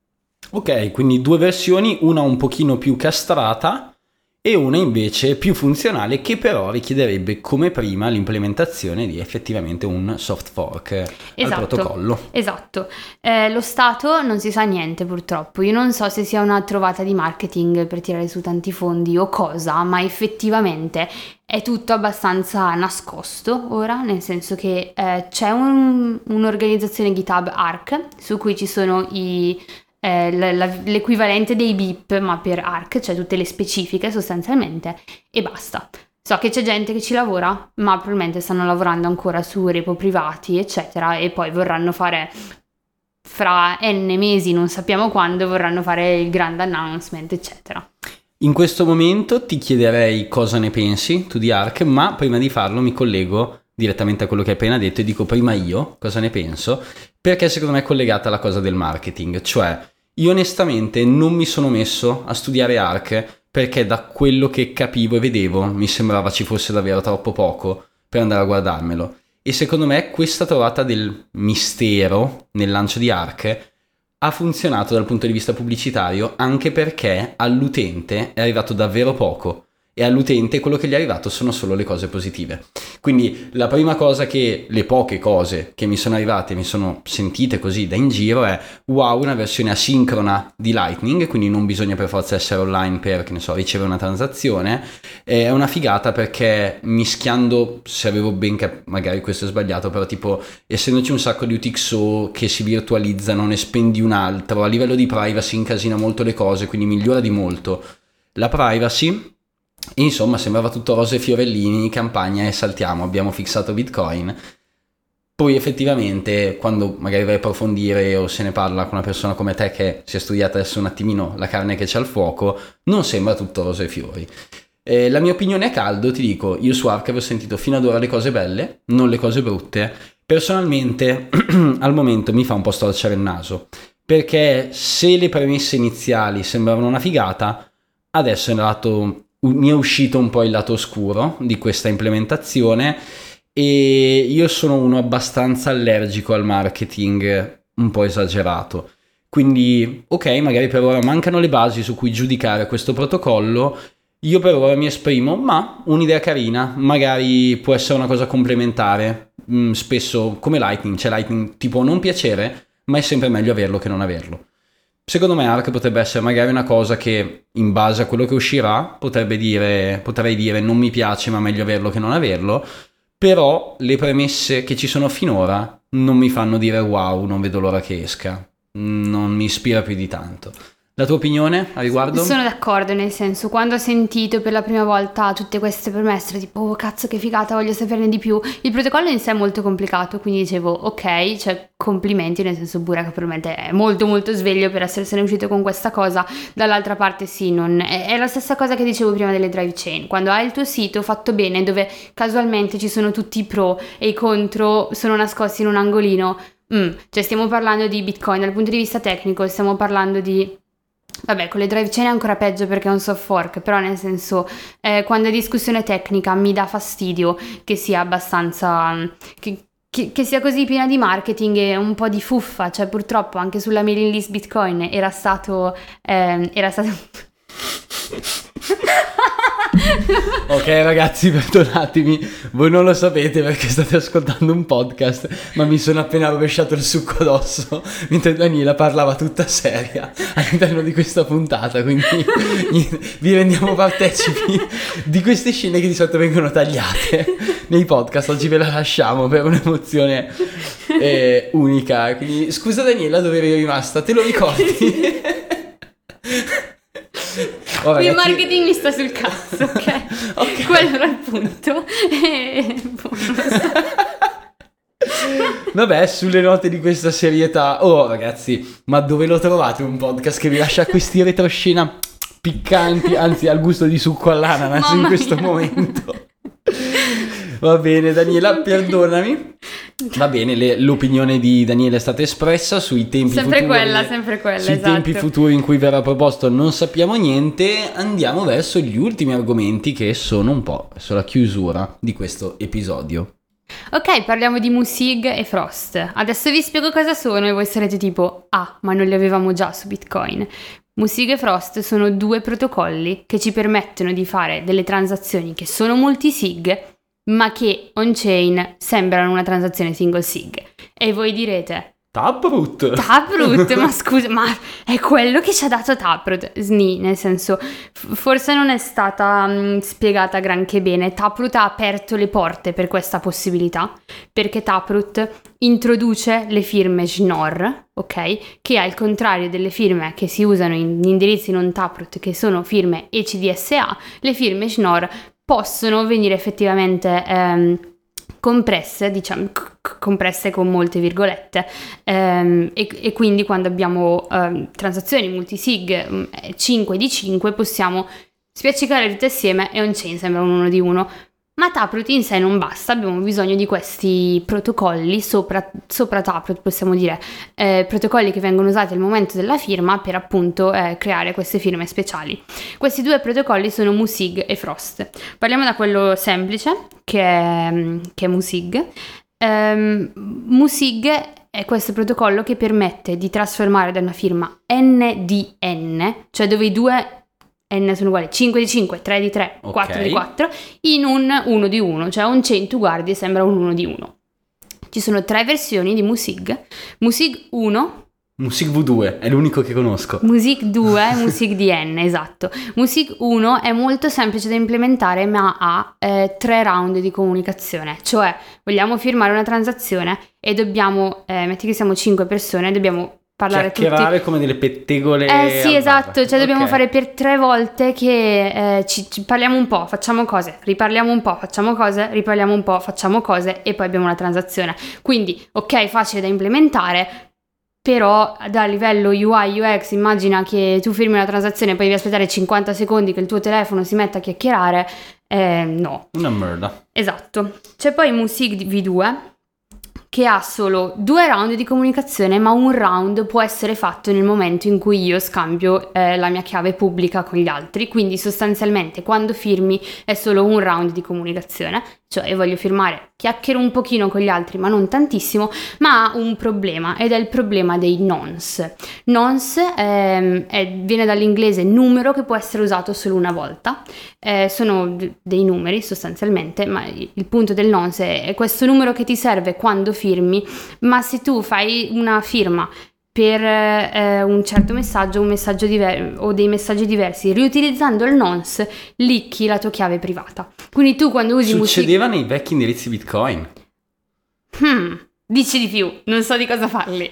Ok, quindi due versioni, una un pochino più castrata e una invece più funzionale, che però richiederebbe come prima l'implementazione di effettivamente un soft fork esatto, al protocollo. Esatto, eh, lo stato non si sa niente purtroppo, io non so se sia una trovata di marketing per tirare su tanti fondi o cosa, ma effettivamente è tutto abbastanza nascosto ora, nel senso che eh, c'è un, un'organizzazione GitHub Arc su cui ci sono i Eh, la, la, l'equivalente dei B I P ma per Arc, cioè tutte le specifiche sostanzialmente, e basta. So che c'è gente che ci lavora, ma probabilmente stanno lavorando ancora su repo privati eccetera, e poi vorranno fare fra n mesi, non sappiamo quando, vorranno fare il grand announcement eccetera. In questo momento ti chiederei cosa ne pensi tu di Arc, ma prima di farlo mi collego direttamente a quello che hai appena detto e dico prima io cosa ne penso, perché secondo me è collegata alla cosa del marketing. Cioè, io onestamente non mi sono messo a studiare Arc perché da quello che capivo e vedevo mi sembrava ci fosse davvero troppo poco per andare a guardarmelo, e secondo me questa trovata del mistero nel lancio di Arc ha funzionato dal punto di vista pubblicitario anche perché all'utente è arrivato davvero poco, e all'utente quello che gli è arrivato sono solo le cose positive. Quindi la prima cosa, che le poche cose che mi sono arrivate, mi sono sentite così da in giro, è wow, una versione asincrona di Lightning, quindi non bisogna per forza essere online per, che ne so, ricevere una transazione. È una figata perché mischiando, se avevo ben cap- magari questo è sbagliato, però tipo essendoci un sacco di U T X O che si virtualizzano, ne spendi un altro, a livello di privacy incasina molto le cose, quindi migliora di molto la privacy. Insomma, sembrava tutto rose e fiorellini, campagna e saltiamo, abbiamo fissato Bitcoin. Poi effettivamente quando magari vai a approfondire o se ne parla con una persona come te che si è studiata adesso un attimino la carne che c'è al fuoco, non sembra tutto rose e fiori. Eh, la mia opinione a caldo, ti dico, io su Arc avevo sentito fino ad ora le cose belle, non le cose brutte. Personalmente al momento mi fa un po' storcere il naso, perché se le premesse iniziali sembravano una figata, adesso è andato... mi è uscito un po' il lato oscuro di questa implementazione, e io sono uno abbastanza allergico al marketing un po' esagerato, quindi ok, magari per ora mancano le basi su cui giudicare questo protocollo, io per ora mi esprimo, ma un'idea carina, magari può essere una cosa complementare. mm, spesso come Lightning, cioè Lightning ti può non piacere, ma è sempre meglio averlo che non averlo. Secondo me Arc potrebbe essere magari una cosa che, in base a quello che uscirà, potrebbe dire, potrei dire non mi piace ma meglio averlo che non averlo, però le premesse che ci sono finora non mi fanno dire wow, non vedo l'ora che esca, non mi ispira più di tanto. La tua opinione a riguardo? Sono d'accordo, nel senso, quando ho sentito per la prima volta tutte queste premesse, tipo, oh cazzo che figata, voglio saperne di più. Il protocollo in sé è molto complicato, quindi dicevo, ok, cioè complimenti, nel senso Burak probabilmente è molto molto sveglio per essersene uscito con questa cosa. Dall'altra parte sì, non è, è la stessa cosa che dicevo prima delle drive chain. Quando hai il tuo sito fatto bene, dove casualmente ci sono tutti i pro e i contro sono nascosti in un angolino, mm, cioè stiamo parlando di Bitcoin dal punto di vista tecnico, stiamo parlando di... Vabbè, con le drive chain è ancora peggio perché è un soft fork, però nel senso, eh, quando è discussione tecnica mi dà fastidio che sia abbastanza... Che, che, che sia così piena di marketing e un po' di fuffa, cioè purtroppo anche sulla mailing list Bitcoin era stato... Eh, era stato Ok ragazzi, perdonatemi, voi non lo sapete perché state ascoltando un podcast, ma mi sono appena rovesciato il succo addosso mentre Daniela parlava tutta seria all'interno di questa puntata, quindi vi rendiamo partecipi di queste scene che di solito vengono tagliate nei podcast. Oggi ve la lasciamo per un'emozione eh, unica, quindi scusa Daniela, dove eri rimasta? Te lo ricordi? Oh, ragazzi... Il marketing mi sta sul cazzo, ok? Okay. Quello era il punto. E... Vabbè, sulle note di questa serietà. Oh ragazzi, ma dove lo trovate un podcast che vi lascia questi retroscena piccanti, anzi al gusto di succo all'ananas Mamma in questo mia. momento? Va bene Daniela, perdonami. Va bene, le, l'opinione di Daniele è stata espressa sui tempi sempre futuri. Quella, sempre quella, Sui esatto. tempi futuri in cui verrà proposto non sappiamo niente. Andiamo verso gli ultimi argomenti che sono un po' verso la chiusura di questo episodio. Ok, parliamo di Musig e Frost. Adesso vi spiego cosa sono e voi sarete tipo, ah, ma non li avevamo già su Bitcoin. Musig e Frost sono due protocolli che ci permettono di fare delle transazioni che sono multisig, ma che on-chain sembrano una transazione single sig. E voi direte... Taproot! Taproot, ma scusa, ma è quello che ci ha dato Taproot? Sni, nel senso, f- forse non è stata mh, spiegata granché bene. Taproot ha aperto le porte per questa possibilità, perché Taproot introduce le firme Schnorr, ok? Che al contrario delle firme che si usano in indirizzi non Taproot, che sono firme E C D S A, le firme Schnorr possono venire effettivamente ehm, compresse, diciamo, c- compresse con molte virgolette, ehm, e, e quindi quando abbiamo ehm, transazioni multisig cinque di cinque possiamo spiaccicare tutte assieme e on-chain sembra un uno di uno. Ma Taproot in sé non basta, abbiamo bisogno di questi protocolli sopra, sopra Taproot, possiamo dire, eh, protocolli che vengono usati al momento della firma per appunto eh, creare queste firme speciali. Questi due protocolli sono Musig e Frost. Parliamo da quello semplice, che è, che è Musig. Um, Musig è questo protocollo che permette di trasformare da una firma N di N, cioè dove i due N sono uguali, cinque di cinque, tre di tre, okay. quattro di quattro, in un uno di uno, cioè on-chain tu guardi e sembra un uno di uno. Ci sono tre versioni di Musig. Musig uno, Musig V due, è l'unico che conosco. Musig due, Musig D N, esatto. Musig uno è molto semplice da implementare, ma ha eh, tre round di comunicazione, cioè vogliamo firmare una transazione e dobbiamo, eh, metti che siamo cinque persone, dobbiamo parlare chiacchierare tutti come delle pettegole. eh sì esatto, cioè dobbiamo okay. fare per tre volte che eh, ci, ci parliamo un po', facciamo cose, riparliamo un po', facciamo cose, riparliamo un po', facciamo cose e poi abbiamo una transazione. Quindi ok, facile da implementare, però da livello U I U X immagina che tu firmi una transazione e poi devi aspettare cinquanta secondi che il tuo telefono si metta a chiacchierare, eh, no, una merda. Esatto. C'è poi Musig V due che ha solo due round di comunicazione, ma un round può essere fatto nel momento in cui io scambio eh, la mia chiave pubblica con gli altri, quindi sostanzialmente quando firmi è solo un round di comunicazione, cioè io voglio firmare, chiacchiero un pochino con gli altri ma non tantissimo, ma ha un problema ed è il problema dei nonce. Nonce ehm, è, viene dall'inglese numero che può essere usato solo una volta, eh, sono d- dei numeri sostanzialmente, ma il punto del nonce è questo numero che ti serve quando firmi, ma se tu fai una firma per eh, un certo messaggio, un messaggio diver- o dei messaggi diversi, riutilizzando il nonce, licchi la tua chiave privata. Quindi tu quando usi Succedeva music- nei vecchi indirizzi Bitcoin. Hmm, dici di più, non so di cosa parli.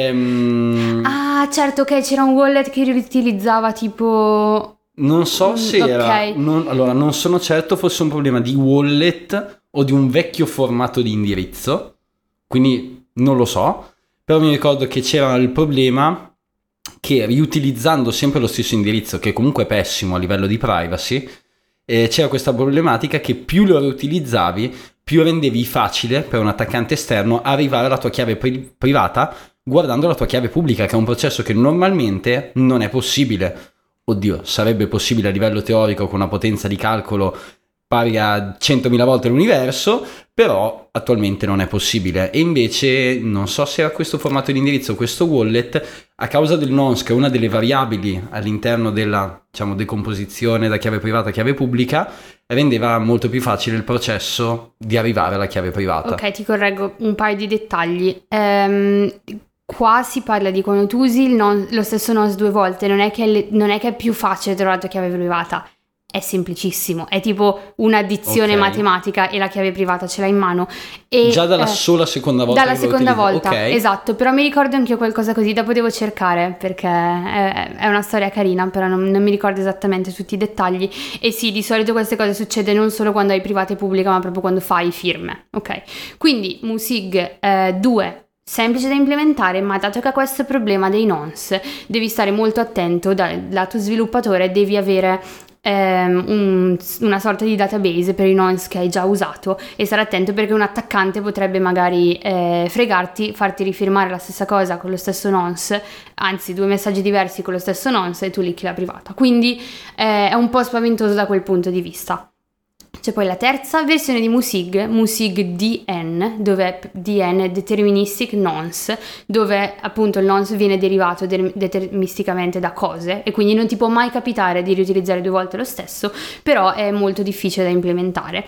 Ehm... ah, certo, ok, c'era un wallet che riutilizzava tipo... Non so se mm, era... okay. Non, allora, non sono certo fosse un problema di wallet o di un vecchio formato di indirizzo, quindi non lo so, però mi ricordo che c'era il problema che riutilizzando sempre lo stesso indirizzo, che comunque è pessimo a livello di privacy, eh, c'era questa problematica che più lo riutilizzavi, più rendevi facile per un attaccante esterno arrivare alla tua chiave pri- privata guardando la tua chiave pubblica, che è un processo che normalmente non è possibile. Oddio, sarebbe possibile a livello teorico con una potenza di calcolo pari a centomila volte l'universo, però attualmente non è possibile. E invece non so se era questo formato di indirizzo, questo wallet, a causa del nonce, che è una delle variabili all'interno della, diciamo, decomposizione da chiave privata a chiave pubblica, rendeva molto più facile il processo di arrivare alla chiave privata. Ok, ti correggo un paio di dettagli. Ehm, qua si parla di quando tu usi il non, lo stesso nonce due volte, non è che, le, non è che è più facile trovare la tua chiave privata. È semplicissimo, è tipo un'addizione Okay. matematica e la chiave privata ce l'hai in mano. E, Già dalla eh, sola seconda volta dalla che lo seconda utilizzi. volta, Ok. esatto, però mi ricordo anche io qualcosa così, dopo devo cercare perché è, è una storia carina, però non, non mi ricordo esattamente tutti i dettagli. E sì, di solito queste cose succede non solo quando hai privata e pubblica, ma proprio quando fai firme, ok? Quindi Musig eh, due, semplice da implementare, ma dato che ha questo problema dei nonce, devi stare molto attento, dal lato sviluppatore devi avere ehm, un- una sorta di database per i nonce che hai già usato e stare attento perché un attaccante potrebbe magari eh, fregarti, farti rifirmare la stessa cosa con lo stesso nonce, anzi due messaggi diversi con lo stesso nonce e tu licchi la privata, quindi eh, è un po' spaventoso da quel punto di vista. C'è poi la terza versione di Musig, Musig D N, dove D N è Deterministic Nonce, dove appunto il nonce viene derivato de- deterministicamente da cose e quindi non ti può mai capitare di riutilizzare due volte lo stesso, però è molto difficile da implementare.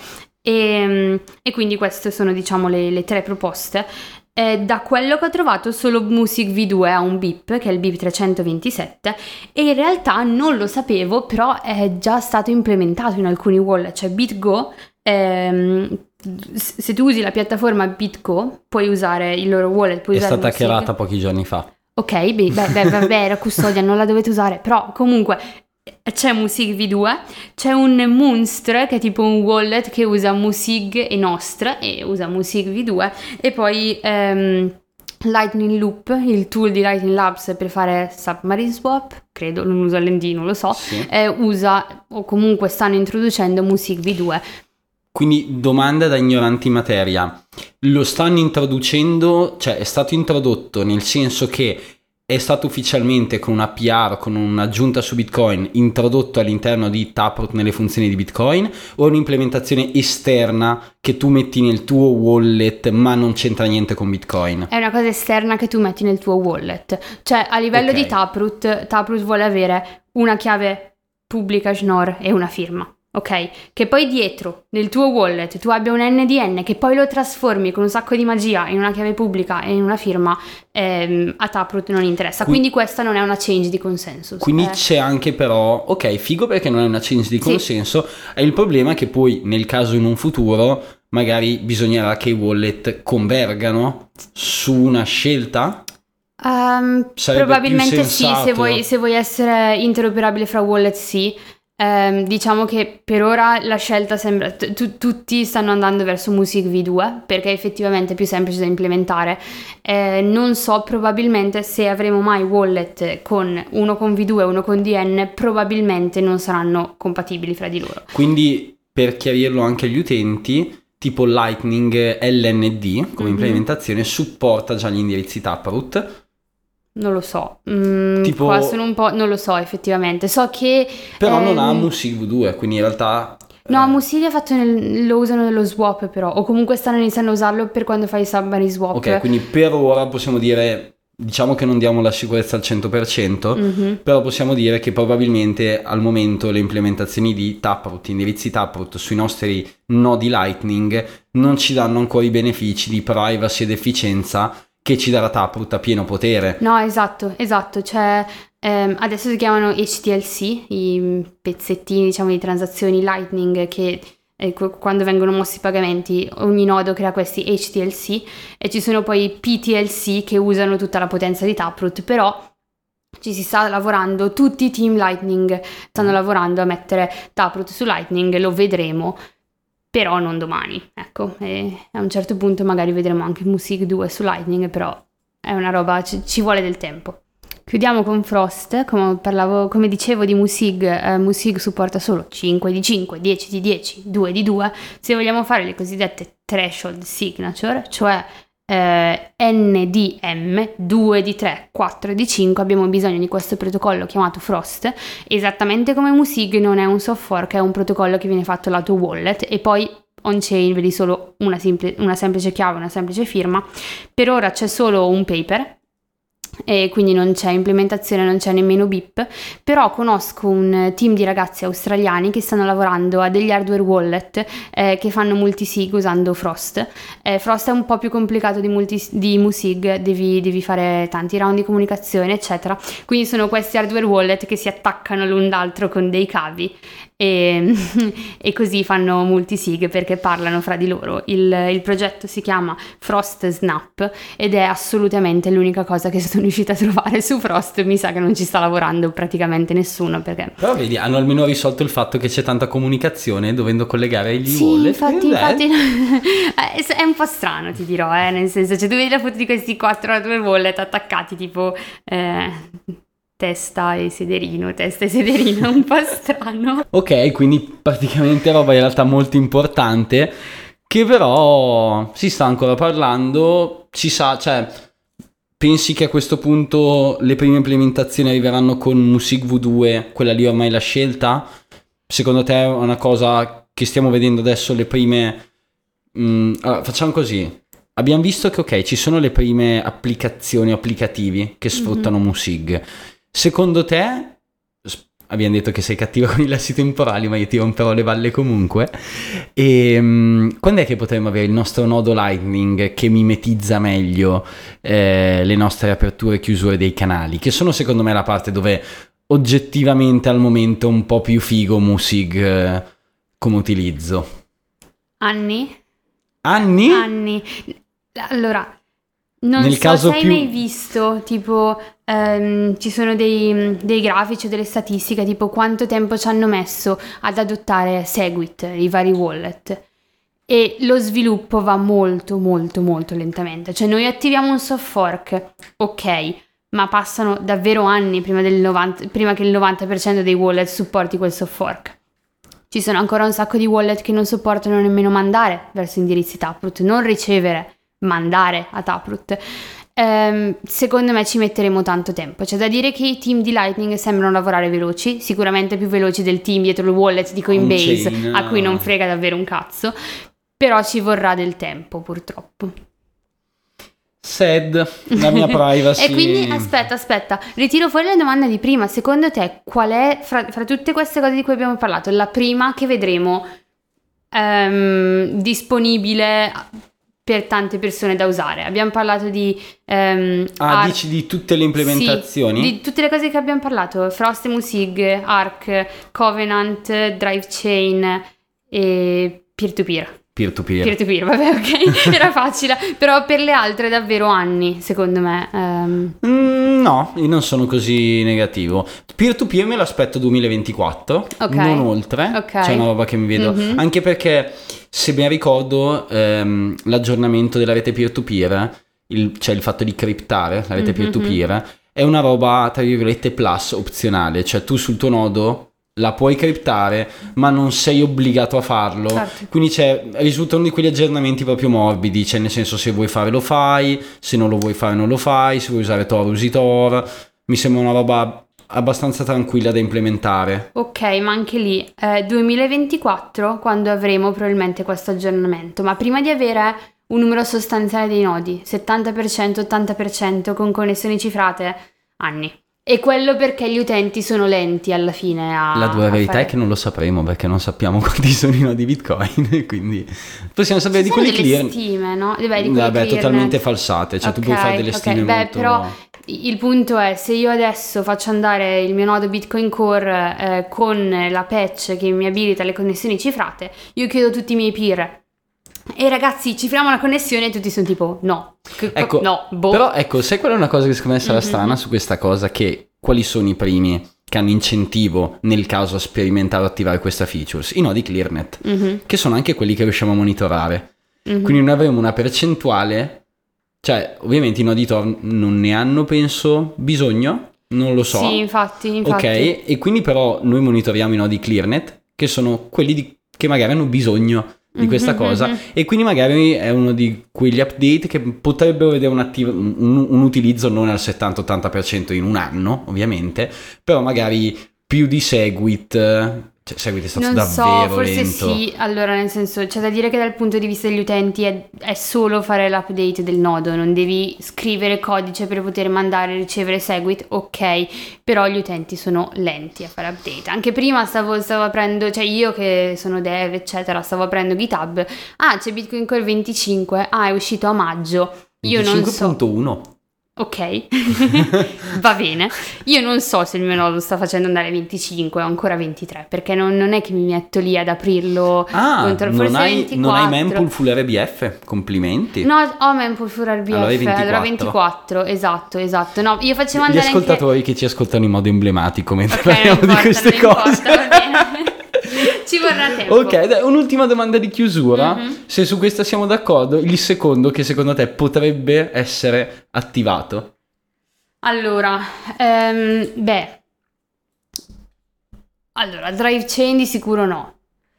E, e quindi queste sono, diciamo, le, le tre proposte. Eh, da quello che ho trovato solo Musig V due ha un bip, che è il bip trecentoventisette, e in realtà non lo sapevo, però è già stato implementato in alcuni wallet, cioè BitGo, ehm, s- se tu usi la piattaforma BitGo puoi usare il loro wallet, puoi È usare stata Musig. hackerata pochi giorni fa. Ok, beh, beh, beh, vabbè, era custodia, non la dovete usare, però comunque c'è Musig V due, c'è un Moonstre che è tipo un wallet che usa Musig e Nostr e usa Musig V due, e poi ehm, Lightning Loop, il tool di Lightning Labs per fare submarine swap, credo, non usa l'N D, non lo so, Sì. eh, usa o comunque stanno introducendo Musig V due. Quindi domanda da ignoranti in materia. Lo stanno introducendo, cioè è stato introdotto nel senso che è stato ufficialmente con una P R, con un'aggiunta su Bitcoin, introdotto all'interno di Taproot nelle funzioni di Bitcoin, o è un'implementazione esterna che tu metti nel tuo wallet ma non c'entra niente con Bitcoin? È una cosa esterna che tu metti nel tuo wallet. Cioè, a livello Ok. di Taproot, Taproot vuole avere una chiave pubblica Schnorr e una firma, ok? Che poi dietro, nel tuo wallet, tu abbia un N D N che poi lo trasformi con un sacco di magia in una chiave pubblica e in una firma, ehm, a Taproot non interessa. Qui- Quindi questa non è una change di consensus. Quindi eh. c'è anche però, ok, figo perché non è una change di Sì. consenso, è il problema che poi nel caso in un futuro magari bisognerà che i wallet convergano su una scelta. Ehm, Sarebbe probabilmente più sì, sensato. se vuoi, se vuoi essere interoperabile fra wallet sì. Ehm, diciamo che per ora la scelta sembra, t- tu- tutti stanno andando verso Musig V due perché è effettivamente più semplice da implementare. Eh, non so probabilmente se avremo mai wallet con uno con V due e uno con D N, probabilmente non saranno compatibili fra di loro. Quindi per chiarirlo anche agli utenti, tipo Lightning L N D come Mhm. implementazione supporta già gli indirizzi Taproot. Non lo so, Mm, Tipo- qua sono un po', non lo so effettivamente, so che Però non ha ehm, Musig V due, quindi in realtà... No, eh, Musig ha fatto nel- lo usano nello swap però, o comunque stanno iniziando a usarlo per quando fai i submarine swap. Ok, quindi per ora possiamo dire, diciamo che non diamo la sicurezza al cento per cento, Mhm. però possiamo dire che probabilmente al momento le implementazioni di Taproot, indirizzi Taproot sui nostri nodi Lightning non ci danno ancora i benefici di privacy ed efficienza che ci darà Taproot a pieno potere. No, esatto, esatto, cioè ehm, adesso si chiamano H T L C, i pezzettini diciamo di transazioni Lightning che eh, qu- quando vengono mossi i pagamenti ogni nodo crea questi H T L C e ci sono poi i P T L C che usano tutta la potenza di Taproot, però ci si sta lavorando, tutti i team Lightning stanno lavorando a mettere Taproot su Lightning, lo vedremo, però non domani, ecco, e a un certo punto magari vedremo anche Musig due su Lightning, però è una roba, ci, ci vuole del tempo. Chiudiamo con Frost, come parlavo, come dicevo di Musig, eh, Musig supporta solo cinque di cinque, dieci di dieci, due di due, se vogliamo fare le cosiddette threshold signature, cioè eh, N D M, due D tre, quattro D cinque, abbiamo bisogno di questo protocollo chiamato Frost. Esattamente come Musig, non è un soft fork, è un protocollo che viene fatto lato wallet, e poi on-chain vedi solo una, simple, una semplice chiave, una semplice firma. Per ora c'è solo un paper e quindi non c'è implementazione, non c'è nemmeno B I P, però conosco un team di ragazzi australiani che stanno lavorando a degli hardware wallet eh, che fanno multisig usando Frost. Eh, Frost è un po' più complicato di, multi, di Musig, devi, devi fare tanti round di comunicazione eccetera, quindi sono questi hardware wallet che si attaccano l'un l'altro con dei cavi e, e così fanno multisig perché parlano fra di loro. Il, il progetto si chiama Frost Snap ed è assolutamente l'unica cosa che sono riuscita a trovare su Frost. Mi sa che non ci sta lavorando praticamente nessuno, perché però vedi, hanno almeno risolto il fatto che c'è tanta comunicazione dovendo collegare gli sì, wallet. infatti, infatti è un po' strano, ti dirò, eh, nel senso, cioè tu vedi la foto di questi quattro hardware wallet attaccati tipo eh, testa e sederino, testa e sederino, un po' strano. Ok, quindi praticamente roba in realtà molto importante che però si sta ancora parlando, si sa, cioè pensi che a questo punto le prime implementazioni arriveranno con Musig V due, quella lì ormai la scelta? Secondo te è una cosa che stiamo vedendo adesso le prime... Mm, allora, facciamo così, abbiamo visto che ok, ci sono le prime applicazioni, applicativi che sfruttano mm-hmm. Musig. Secondo te, abbiamo detto che sei cattiva con i lassi temporali, ma io ti romperò le balle comunque, e um, quando è che potremo avere il nostro nodo Lightning che mimetizza meglio eh, le nostre aperture e chiusure dei canali, che sono secondo me la parte dove oggettivamente al momento un po' più figo Musig eh, come utilizzo? Anni? Anni? Anni. Allora... Non Nel so caso se hai più... mai visto, tipo, ehm, ci sono dei, dei grafici o delle statistiche, tipo quanto tempo ci hanno messo ad adottare Segwit, i vari wallet, e lo sviluppo va molto, molto, molto lentamente. Cioè noi attiviamo un soft fork, ok, ma passano davvero anni prima, del novanta, prima che il novanta per cento dei wallet supporti quel soft fork. Ci sono ancora un sacco di wallet che non supportano nemmeno mandare verso indirizzi Taproot, non ricevere, mandare a Taproot. Um, secondo me ci metteremo tanto tempo. C'è da dire che i team di Lightning sembrano lavorare veloci, sicuramente più veloci del team dietro il wallet di Coinbase, On-chain. a cui non frega davvero un cazzo, però ci vorrà del tempo purtroppo. Sad, la mia privacy. E quindi aspetta, aspetta, ritiro fuori la domanda di prima. Secondo te qual è, fra, fra tutte queste cose di cui abbiamo parlato, la prima che vedremo um, disponibile per tante persone da usare? Abbiamo parlato di um, ah Arc, dici di tutte le implementazioni? Sì, di tutte le cose che abbiamo parlato: Frost e Musig, Arc, Covenant, Drive Chain e peer-to-peer. Peer-to-peer. Peer-to-peer, vabbè, ok, era facile, però per le altre davvero anni, secondo me. Um... Mm, no, io non sono così negativo. Peer-to-peer me l'aspetto duemilaventiquattro, okay. non oltre, okay. C'è una roba che mi vedo, mm-hmm. anche perché se ben ricordo ehm, l'aggiornamento della rete peer-to-peer, il, cioè il fatto di criptare la rete mm-hmm. peer-to-peer, è una roba tra virgolette plus opzionale, cioè tu sul tuo nodo la puoi criptare ma non sei obbligato a farlo, certo. Quindi c'è, risultano di quegli aggiornamenti proprio morbidi, cioè nel senso se vuoi fare lo fai, se non lo vuoi fare non lo fai, se vuoi usare Tor usi Tor. Mi sembra una roba abbastanza tranquilla da implementare. Ok, ma anche lì eh, duemilaventiquattro quando avremo probabilmente questo aggiornamento, ma prima di avere un numero sostanziale dei nodi, settanta per cento, ottanta per cento con connessioni cifrate, anni. E quello perché gli utenti sono lenti alla fine a... La dura verità fare... è che non lo sapremo perché non sappiamo quanti sono i nodi Bitcoin, quindi possiamo sapere ci di quelli clear. Ci stime, no? Beh, di quelli Vabbè, clear totalmente net. falsate, cioè okay, tu puoi fare delle stime okay. Beh, molto... però il punto è, se io adesso faccio andare il mio nodo Bitcoin Core eh, con la patch che mi abilita le connessioni cifrate, io chiedo a tutti i miei peer: e ragazzi, cifriamo la connessione, e tutti sono tipo no, ecco, no, boh. Però ecco, sai qual è una cosa che secondo me sarà mm-hmm. strana su questa cosa, che quali sono i primi che hanno incentivo nel caso a sperimentare o attivare questa features? I nodi ClearNet, mm-hmm. che sono anche quelli che riusciamo a monitorare, mm-hmm. quindi noi avremo una percentuale, cioè ovviamente i nodi Tor non ne hanno penso bisogno, non lo so. Sì, infatti, infatti. Ok, e quindi però noi monitoriamo i nodi ClearNet, che sono quelli di, che magari hanno bisogno di questa Mm-hmm, cosa, mm-hmm. e quindi magari è uno di quegli update che potrebbero vedere un, attiv- un, un utilizzo non al settanta ottanta per cento in un anno, ovviamente, però magari più di Segwit. Cioè, Segwit è stato Non davvero so, forse lento. sì, allora nel senso c'è da dire che dal punto di vista degli utenti è, è solo fare l'update del nodo, non devi scrivere codice per poter mandare e ricevere Segwit, ok, però gli utenti sono lenti a fare update. Anche prima stavo, stavo aprendo, cioè io che sono dev eccetera, stavo aprendo GitHub, ah c'è Bitcoin Core venticinque, ah è uscito a maggio, io non so... venticinque punto uno. Ok, va bene. Io non so se il mio nodo sta facendo andare venticinque o ancora ventitré, perché non, non è che mi metto lì ad aprirlo. Ah, contro- non forse hai, ventiquattro. non hai mempool full R B F? Complimenti. No, ho mempool full R B F, Allora è allora ventiquattro. ventiquattro, esatto, esatto. No, io facevo Gli andare ascoltatori anche... che ci ascoltano in modo emblematico mentre Ok, parliamo non di importa, queste non cose. importa, va bene. Ci vorrà tempo. Ok, dai, un'ultima domanda di chiusura. Mhm. Se su questa siamo d'accordo, il secondo che secondo te potrebbe essere attivato? Allora, ehm, beh, allora, drive chain di sicuro no.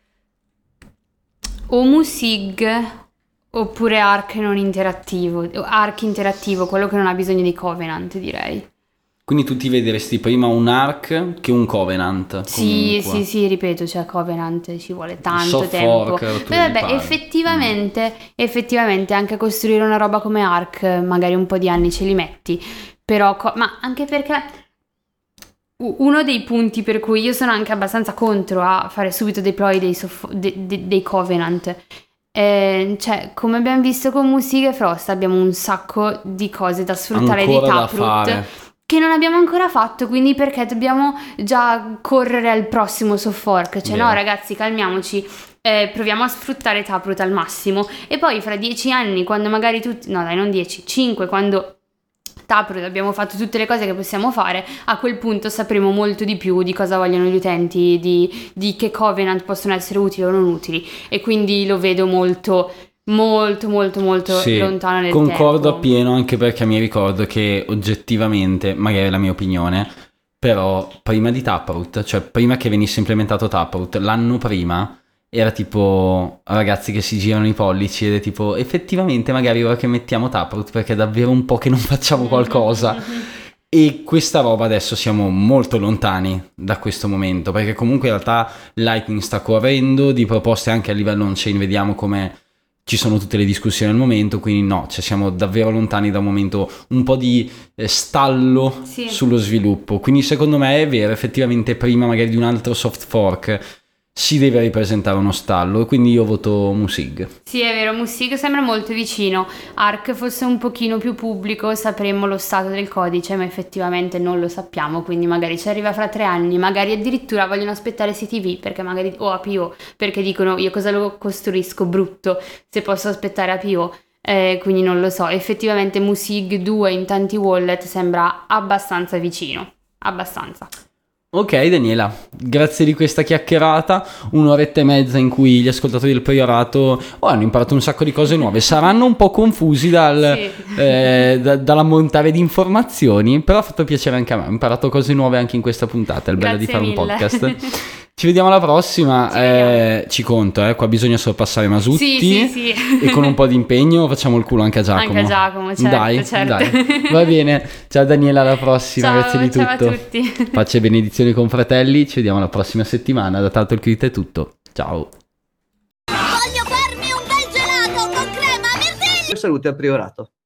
O Musig oppure Arc non interattivo, Arc interattivo, quello che non ha bisogno di Covenant, direi. Quindi tu ti vedresti prima un Arc che un Covenant. Sì, comunque. sì, sì, ripeto, cioè Covenant ci vuole tanto Soft tempo. fork, rotture Però di vabbè, palle. effettivamente, effettivamente anche costruire una roba come Arc, magari un po' di anni ce li metti, però, co- ma anche perché u- uno dei punti per cui io sono anche abbastanza contro a fare subito deploy dei, soff- de- de- dei Covenant, eh, cioè come abbiamo visto con Musig e Frost abbiamo un sacco di cose da sfruttare dei Ancora da Taproot fare. che non abbiamo ancora fatto, quindi perché dobbiamo già correre al prossimo soft fork? Cioè Vero. no ragazzi, calmiamoci, eh, proviamo a sfruttare Taproot al massimo e poi fra dieci anni, quando magari tutti, no dai non dieci, cinque, quando Taproot abbiamo fatto tutte le cose che possiamo fare, a quel punto sapremo molto di più di cosa vogliono gli utenti, di, di che Covenant possono essere utili o non utili, e quindi lo vedo molto... molto molto molto Sì, lontano nel concordo tempo. appieno, anche perché mi ricordo che oggettivamente, magari è la mia opinione, però prima di Taproot, cioè prima che venisse implementato Taproot, l'anno prima era tipo ragazzi che si girano i pollici ed è tipo effettivamente magari ora che mettiamo Taproot perché è davvero un po' che non facciamo qualcosa. E questa roba adesso siamo molto lontani da questo momento, perché comunque in realtà Lightning sta correndo, di proposte anche a livello on-chain vediamo come ci sono tutte le discussioni al momento, quindi no, cioè siamo davvero lontani da un momento un po' di eh, stallo Sì. sullo sviluppo. Quindi secondo me è vero, effettivamente prima magari di un altro soft fork si deve ripresentare uno stallo, e quindi io voto Musig. Sì, è vero, Musig sembra molto vicino. Arc fosse un pochino più pubblico, sapremmo lo stato del codice, ma effettivamente non lo sappiamo, quindi magari ci arriva fra tre anni, magari addirittura vogliono aspettare C T V, perché magari, o A P O, perché dicono io cosa lo costruisco brutto se posso aspettare A P O, eh, quindi non lo so. Effettivamente Musig due in tanti wallet sembra abbastanza vicino, abbastanza. Ok Daniela, grazie di questa chiacchierata, un'oretta e mezza in cui gli ascoltatori del Priorato oh, hanno imparato un sacco di cose nuove, saranno un po' confusi dal, Sì. eh, da, dall'ammontare di informazioni, però ha fatto piacere anche a me, ho imparato cose nuove anche in questa puntata, è il bello di Grazie fare un mille. podcast. Ci vediamo alla prossima, Ci eh, ci conto, eh, qua bisogna sorpassare Masutti Sì, sì, sì. e con un po' di impegno facciamo il culo anche a Giacomo. Anche a Giacomo, certo, dai, certo. dai, va bene, ciao Daniela, alla prossima, Ciao, grazie di ciao tutto. a tutti. Pace e benedizioni con fratelli, ci vediamo la prossima settimana, da tanto il Crit è tutto, ciao. Voglio farmi un bel gelato con crema, mirtilli! Salute al Priorato.